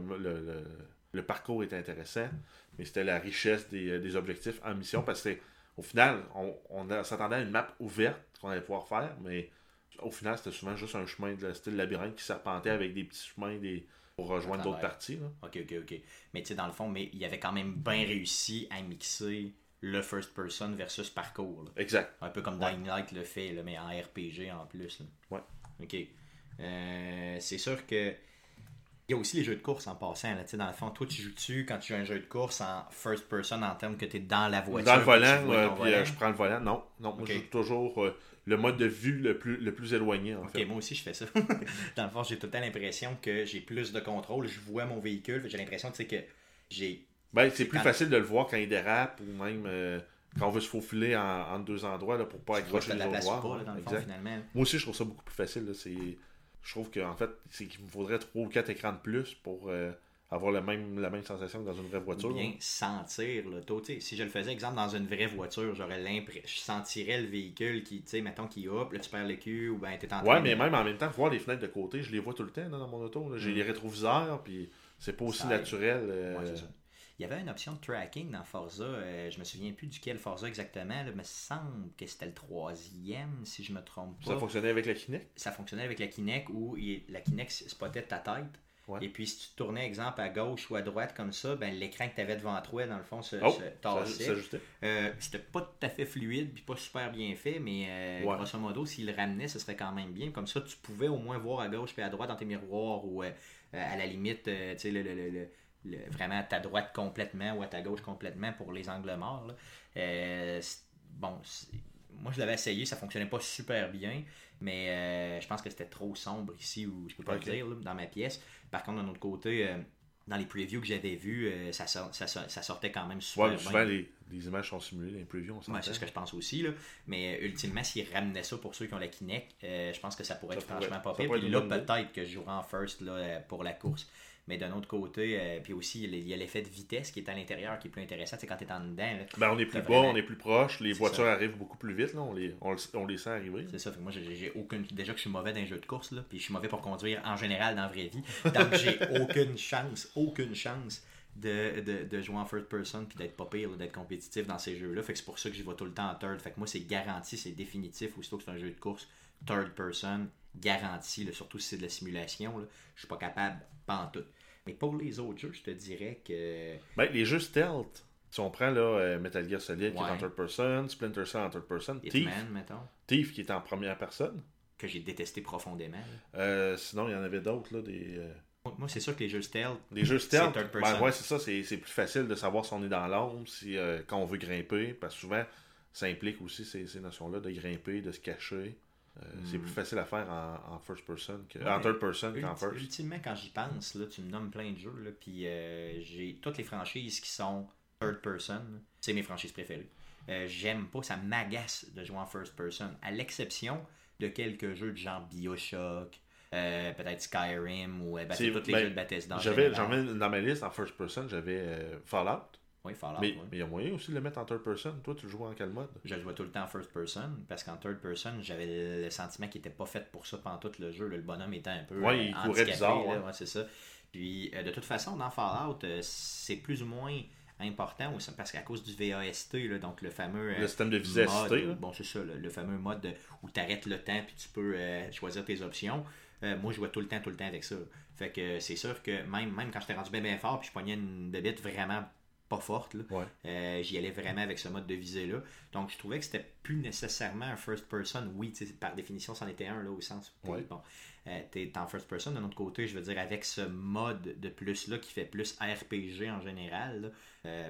Le parcours était intéressant. Mais c'était la richesse des objectifs en mission. Parce que au final, on s'attendait à une map ouverte qu'on allait pouvoir faire, mais au final, c'était souvent juste un chemin de style labyrinthe qui serpentait avec des petits chemins pour rejoindre d'autres parties. Là. Ok. Mais tu sais, dans le fond, il avait quand même bien réussi à mixer le first person versus parcours. Là. Exact. Un peu comme Dying Light le fait, là, mais en RPG en plus. Là. Ouais. Ok. C'est sûr que Il y a aussi les jeux de course en passant. Là, dans le fond, toi, tu joues-tu quand tu joues à un jeu de course en first person en termes que tu es dans la voiture? Dans le volant, tu vois ton volant? je prends le volant. Non, moi Ok. je joue toujours le mode de vue le plus éloigné en Ok, fait. moi aussi je fais ça. Dans le fond, j'ai tout le temps l'impression que j'ai plus de contrôle. Je vois mon véhicule. J'ai l'impression que j'ai. C'est plus facile de le voir quand il dérape ou même quand on veut se faufiler entre deux endroits là, pour pas Tu vois accrocher si t'as de les la place ou autres. pas, là, dans le fond, Exact. finalement. Moi aussi, je trouve ça beaucoup plus facile. Là. Je trouve qu'en fait, c'est qu'il me faudrait 3 ou 4 écrans de plus pour avoir la même sensation que dans une vraie voiture. Ou bien sentir l'auto. Si je le faisais, exemple, dans une vraie voiture, j'aurais l'impression, je sentirais le véhicule qui, mettons, qui hop, là tu perds le cul, ou bien t'es en train Ouais, mais même en même temps, voir les fenêtres de côté, je les vois tout le temps là, dans mon auto. Là. J'ai les rétroviseurs, puis c'est pas aussi Ça aide. naturel. Ouais, c'est ça. Il y avait une option de tracking dans Forza, je me souviens plus duquel Forza exactement, là, mais il me semble que c'était le 3e, si je me trompe pas. Ça fonctionnait avec la Kinect? Ça fonctionnait avec la Kinect où la Kinect spottait ta tête. Ouais. Et puis si tu tournais, exemple, à gauche ou à droite comme ça, ben, l'écran que tu avais devant toi, dans le fond, se tassait. s'ajustait. C'était pas tout à fait fluide puis pas super bien fait, mais grosso modo, s'il le ramenait, ce serait quand même bien. Comme ça, tu pouvais au moins voir à gauche puis à droite dans tes miroirs ou à la limite, tu sais, vraiment à ta droite complètement ou à ta gauche complètement pour les angles morts. Là. Moi je l'avais essayé, ça fonctionnait pas super bien, mais je pense que c'était trop sombre ici, ou je peux pas le dire, là, dans ma pièce. Par contre, d'un autre côté, dans les previews que j'avais vus, ça sortait quand même super bien. Souvent, les images sont simulées dans les previews. Ouais, c'est ce que je pense aussi. Là. Mais ultimement, s'ils ramenaient ça pour ceux qui ont la Kinect, je pense que ça pourrait être franchement pas pire. Puis là, peut-être que je jouerai en first là, pour la course. Mais d'un autre côté, puis aussi, il y a l'effet de vitesse qui est à l'intérieur qui est plus intéressant. C'est quand tu es en dedans. Là, on est plus bas, on est plus proche, les voitures arrivent beaucoup plus vite, là, on les sent arriver. C'est ça, fait que moi j'ai aucune. Déjà que je suis mauvais dans les jeux de course, là, puis je suis mauvais pour conduire en général dans la vraie vie. Donc j'ai aucune chance de jouer en first person puis d'être pas pire, là, d'être compétitif dans ces jeux-là. Fait que c'est pour ça que j'y vais tout le temps en third. Fait que moi c'est garanti, c'est définitif, aussitôt que c'est un jeu de course, third person, garanti, là, surtout si c'est de la simulation, là, je suis pas capable, pas en tout. Mais pour les autres jeux, je te dirais que... Les jeux stealth, si on prend là, Metal Gear Solid qui est en third person, Splinter Cell en third person, Thief qui est en première personne. Que j'ai détesté profondément. Sinon, il y en avait d'autres. Là, Moi, c'est sûr que les jeux stealth, c'est third person. Ouais, c'est ça, c'est plus facile de savoir si on est dans l'ombre, quand on veut grimper, parce que souvent, ça implique aussi ces notions-là de grimper, de se cacher. C'est plus facile à faire en first person en third person qu'en first. Ultimement, quand j'y pense, là, tu me nommes plein de jeux, là, puis j'ai toutes les franchises qui sont third person, c'est mes franchises préférées. J'aime pas, ça m'agace de jouer en first person, à l'exception de quelques jeux de genre BioShock, peut-être Skyrim ou tous les jeux de Bethesda. J'en mets dans ma liste en first person, j'avais Fallout. Oui, Fallout. Mais il y a moyen aussi de le mettre en third person. Toi, tu joues en quel mode? Je le jouais tout le temps en first person, parce qu'en third person, j'avais le sentiment qu'il était pas fait pour ça pendant tout le jeu. Là, le bonhomme était un peu il courait bizarre. Là, ouais, c'est ça. Puis, de toute façon, dans Fallout, c'est plus ou moins important, parce qu'à cause du VAST, là, donc le fameux le système de vivacité. Bon, c'est ça, le fameux mode où tu arrêtes le temps puis tu peux choisir tes options. Moi, je jouais tout le temps avec ça. Fait que c'est sûr que même quand j'étais rendu bien fort puis je pognais une bébête vraiment pas forte, là, j'y allais vraiment avec ce mode de visée-là. Donc, je trouvais que c'était plus nécessairement un first person. Oui, par définition, c'en était un, là, au sens où t'es en first person. D'un autre côté, je veux dire, avec ce mode de plus-là qui fait plus RPG en général, là,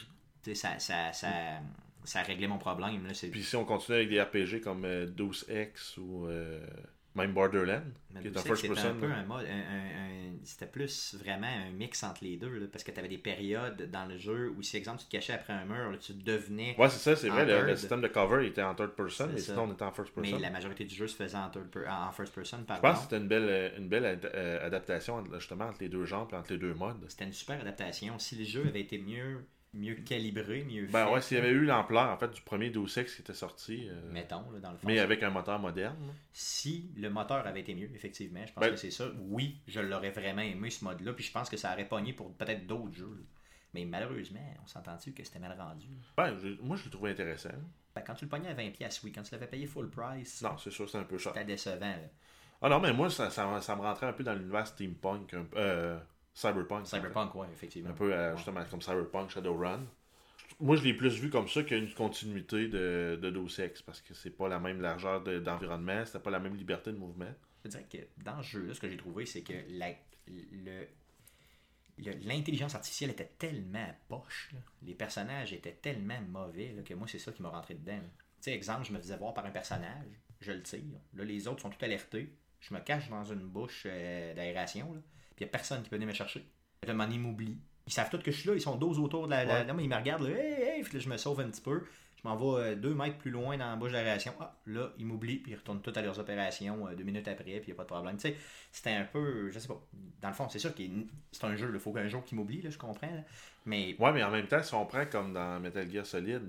ça réglait mon problème. Là, Puis si on continue avec des RPG comme Deus Ex ou même Borderlands, qui est en first person. C'était un peu un mode, c'était plus vraiment un mix entre les deux, là, parce que tu avais des périodes dans le jeu où, si exemple tu te cachais après un mur, là, tu devenais. Ouais, c'est ça, c'est vrai, le système de cover était en third person, mais sinon on était en first person. Mais la majorité du jeu se faisait en first person, Je pense que c'était une belle adaptation justement entre les deux genres et entre les deux modes. C'était une super adaptation. Si le jeu avait été mieux calibré, mieux fait. Ouais, s'il y avait eu l'ampleur en fait du premier Deus Ex qui était sorti, mettons, là, dans le fond, mais avec un moteur moderne. Si le moteur avait été mieux, effectivement, je pense que c'est ça. Oui, je l'aurais vraiment aimé ce mode-là, puis je pense que ça aurait pogné pour peut-être d'autres jeux. Là. Mais malheureusement, on s'entend-tu que c'était mal rendu? Moi je l'ai trouvé intéressant. Quand tu le pognais à $20, oui. Quand tu l'avais payé full price, non, c'est sûr, c'est un peu cher. C'était décevant. Là. Ah non, mais moi, ça me rentrait un peu dans l'univers steampunk, Cyberpunk. Cyberpunk, oui, effectivement. Un peu justement comme Cyberpunk, Shadowrun. Moi, je l'ai plus vu comme ça qu'une continuité de Deus Ex, parce que c'est pas la même largeur d'environnement, c'était pas la même liberté de mouvement. Je dirais que dans ce jeu-là, ce que j'ai trouvé, c'est que l'intelligence artificielle était tellement poche, là. Les personnages étaient tellement mauvais là, que moi, c'est ça qui m'a rentré dedans. Tu sais, exemple, je me faisais voir par un personnage, je le tire. Là, les autres sont tout alertés. Je me cache dans une bouche d'aération, là, puis il n'y a personne qui peut venir me chercher. Là, un moment donné, ils m'oublient. Ils savent tous que je suis là, ils sont 12 autour de la... Là, ils me regardent, là, hey, puis là, je me sauve un petit peu. Je m'en vais 2 mètres plus loin dans la bouche d'aération. Ah, là, ils m'oublient, puis ils retournent tous à leurs opérations 2 minutes après, puis il n'y a pas de problème. Tu sais, c'était un peu, je sais pas, dans le fond, c'est sûr que c'est un jeu, il faut qu'un jour qu'ils m'oublient, là, je comprends, là, mais... Ouais, mais en même temps, si on prend comme dans Metal Gear Solid,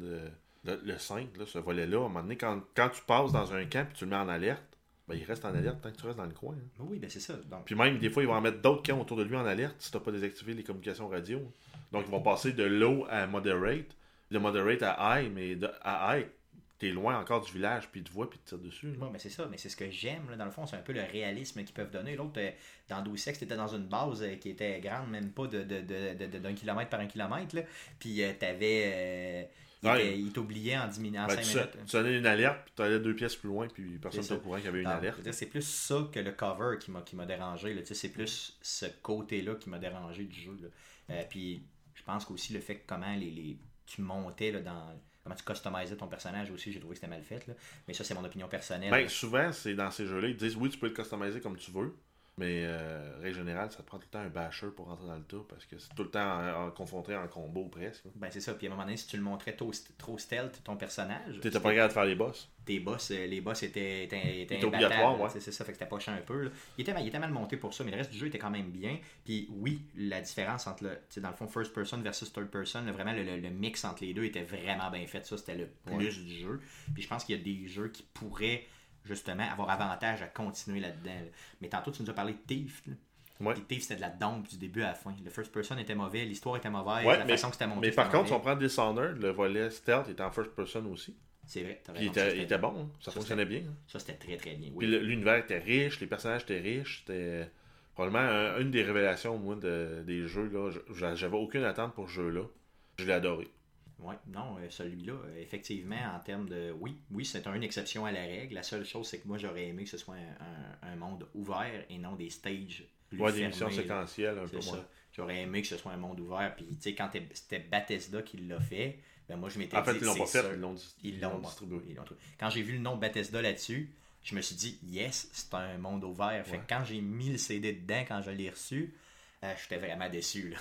le 5, là, ce volet-là, à un moment donné, quand tu passes dans un camp et tu le mets en alerte, ben, il reste en alerte tant que tu restes dans le coin. Hein. Oui, ben c'est ça. Donc... Puis même, des fois, ils vont en mettre d'autres camps autour de lui en alerte si tu n'as pas désactivé les communications radio. Donc, ils vont passer de low à moderate, de moderate à high, mais à high, t'es loin encore du village, puis ils te voient, puis ils te tirent dessus. Oui, mais c'est ça, mais c'est ce que j'aime, là, dans le fond, c'est un peu le réalisme qu'ils peuvent donner. L'autre, dans Deus Ex, t'étais dans une base qui était grande, même pas d'un kilomètre par un kilomètre, là, puis t'avais... il t'oubliait en 10 minutes, en 5 minutes. Tu donnais une alerte, puis tu allais 2 pièces plus loin, puis personne n'était au courant qu'il y avait une alerte. C'est plus ça que le cover qui m'a dérangé. Là. C'est plus ce côté-là qui m'a dérangé du jeu. Puis je pense qu'aussi le fait que comment tu montais là, comment tu customisais ton personnage aussi, j'ai trouvé que c'était mal fait. Là. Mais ça, c'est mon opinion personnelle. Ben, souvent, c'est dans ces jeux-là, ils disent oui, tu peux le customiser comme tu veux. Mais, règle générale, ça te prend tout le temps un basher pour rentrer dans le tas parce que c'est tout le temps confronté en combo presque. Ben, c'est ça. Puis à un moment donné, si tu le montrais trop stealth, ton personnage. T'étais pas capable de faire les boss. Les boss étaient obligatoires, ouais. C'est ça, fait que c'était pas chiant un peu. Là. Il était mal monté pour ça, mais le reste du jeu était quand même bien. Puis oui, la différence entre dans le fond, first person versus third person, là, vraiment le mix entre les deux était vraiment bien fait. Ça, c'était le plus du jeu. Puis je pense qu'il y a des jeux qui pourraient justement avoir avantage à continuer là-dedans. Là. Mais tantôt, tu nous as parlé de Thief. Là. Ouais. Puis Thief, c'était de la dompe du début à la fin. Le first person était mauvais, l'histoire était mauvaise, ouais, la façon que c'était monté. Mais par contre, si on prend Dishonored, le volet stealth était en first person aussi. C'est vrai, il était bon, hein. Ça fonctionnait bien. Hein. Ça, c'était très très bien. Oui. Puis l'univers était riche, les personnages étaient riches. C'était probablement une des révélations, moi, des jeux. Là. J'avais aucune attente pour ce jeu-là. Je l'ai adoré. Oui, non, celui-là, effectivement, en termes de... Oui, c'est une exception à la règle. La seule chose, c'est que moi, j'aurais aimé que ce soit un monde ouvert et non des stages plus fermés. Des missions séquentielles, un peu moins. J'aurais aimé que ce soit un monde ouvert. Puis, tu sais, quand c'était Bethesda qui l'a fait, ben moi, je m'étais dit... En fait, ils l'ont pas fait, ils l'ont distribué. Quand j'ai vu le nom Bethesda là-dessus, je me suis dit, yes, c'est un monde ouvert. Fait que quand j'ai mis le CD dedans, quand je l'ai reçu... j'étais vraiment déçu. Là.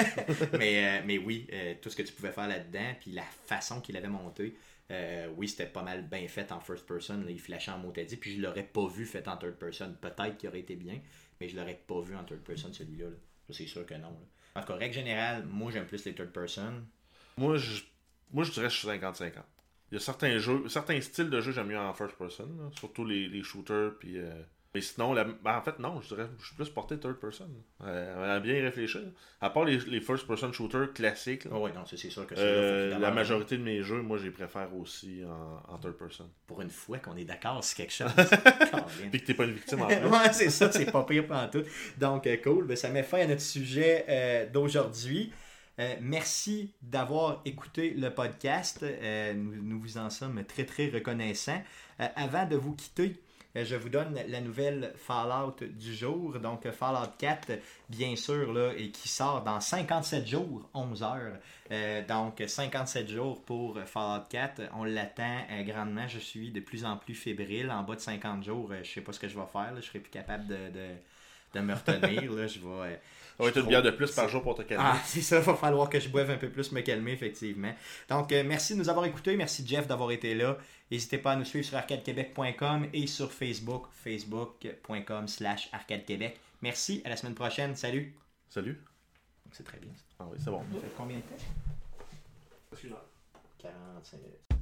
mais oui, tout ce que tu pouvais faire là-dedans, puis la façon qu'il avait monté, oui, c'était pas mal bien fait en first person. Là, il flashait en mot dit, puis je l'aurais pas vu fait en third person. Peut-être qu'il aurait été bien, mais je l'aurais pas vu en third person celui-là. Là. Ça, c'est sûr que non. Là. En tout cas, règle générale, moi j'aime plus les third person. Moi, je dirais que je suis 50-50. Il y a certains styles de jeu que j'aime mieux en first person, là, surtout les shooters, puis... Mais sinon, en fait, non, je dirais je suis plus porté third person. À bien y réfléchir. À part les first person shooters classiques, oui, non, c'est sûr que la majorité de mes jeux, moi, je les préfère aussi en third person. Pour une fois qu'on est d'accord, c'est quelque chose. Puis que t'es pas une victime en plus. Ouais, c'est ça, c'est pas pire pantoute. Donc, cool. Ben, ça met fin à notre sujet d'aujourd'hui. Merci d'avoir écouté le podcast. Nous vous en sommes très, très reconnaissants. Avant de vous quitter, je vous donne la nouvelle Fallout du jour. Donc, Fallout 4, bien sûr, là, et qui sort dans 57 jours, 11 heures. Donc, 57 jours pour Fallout 4. On l'attend grandement. Je suis de plus en plus fébrile. En bas de 50 jours, je ne sais pas ce que je vais faire. Là. Je ne serai plus capable de me retenir. Là. Je vais... Ça va être une bière de plus par jour pour te calmer. Ah, c'est ça, il va falloir que je boive un peu plus, me calmer, effectivement. Donc, merci de nous avoir écoutés. Merci, Jeff, d'avoir été là. N'hésitez pas à nous suivre sur arcadequebec.com et sur Facebook, facebook.com/arcadequebec. Merci, à la semaine prochaine. Salut. Salut. C'est très bien ça. Ah oui, c'est bon. Ça fait combien de temps? Excuse-moi. 45 minutes.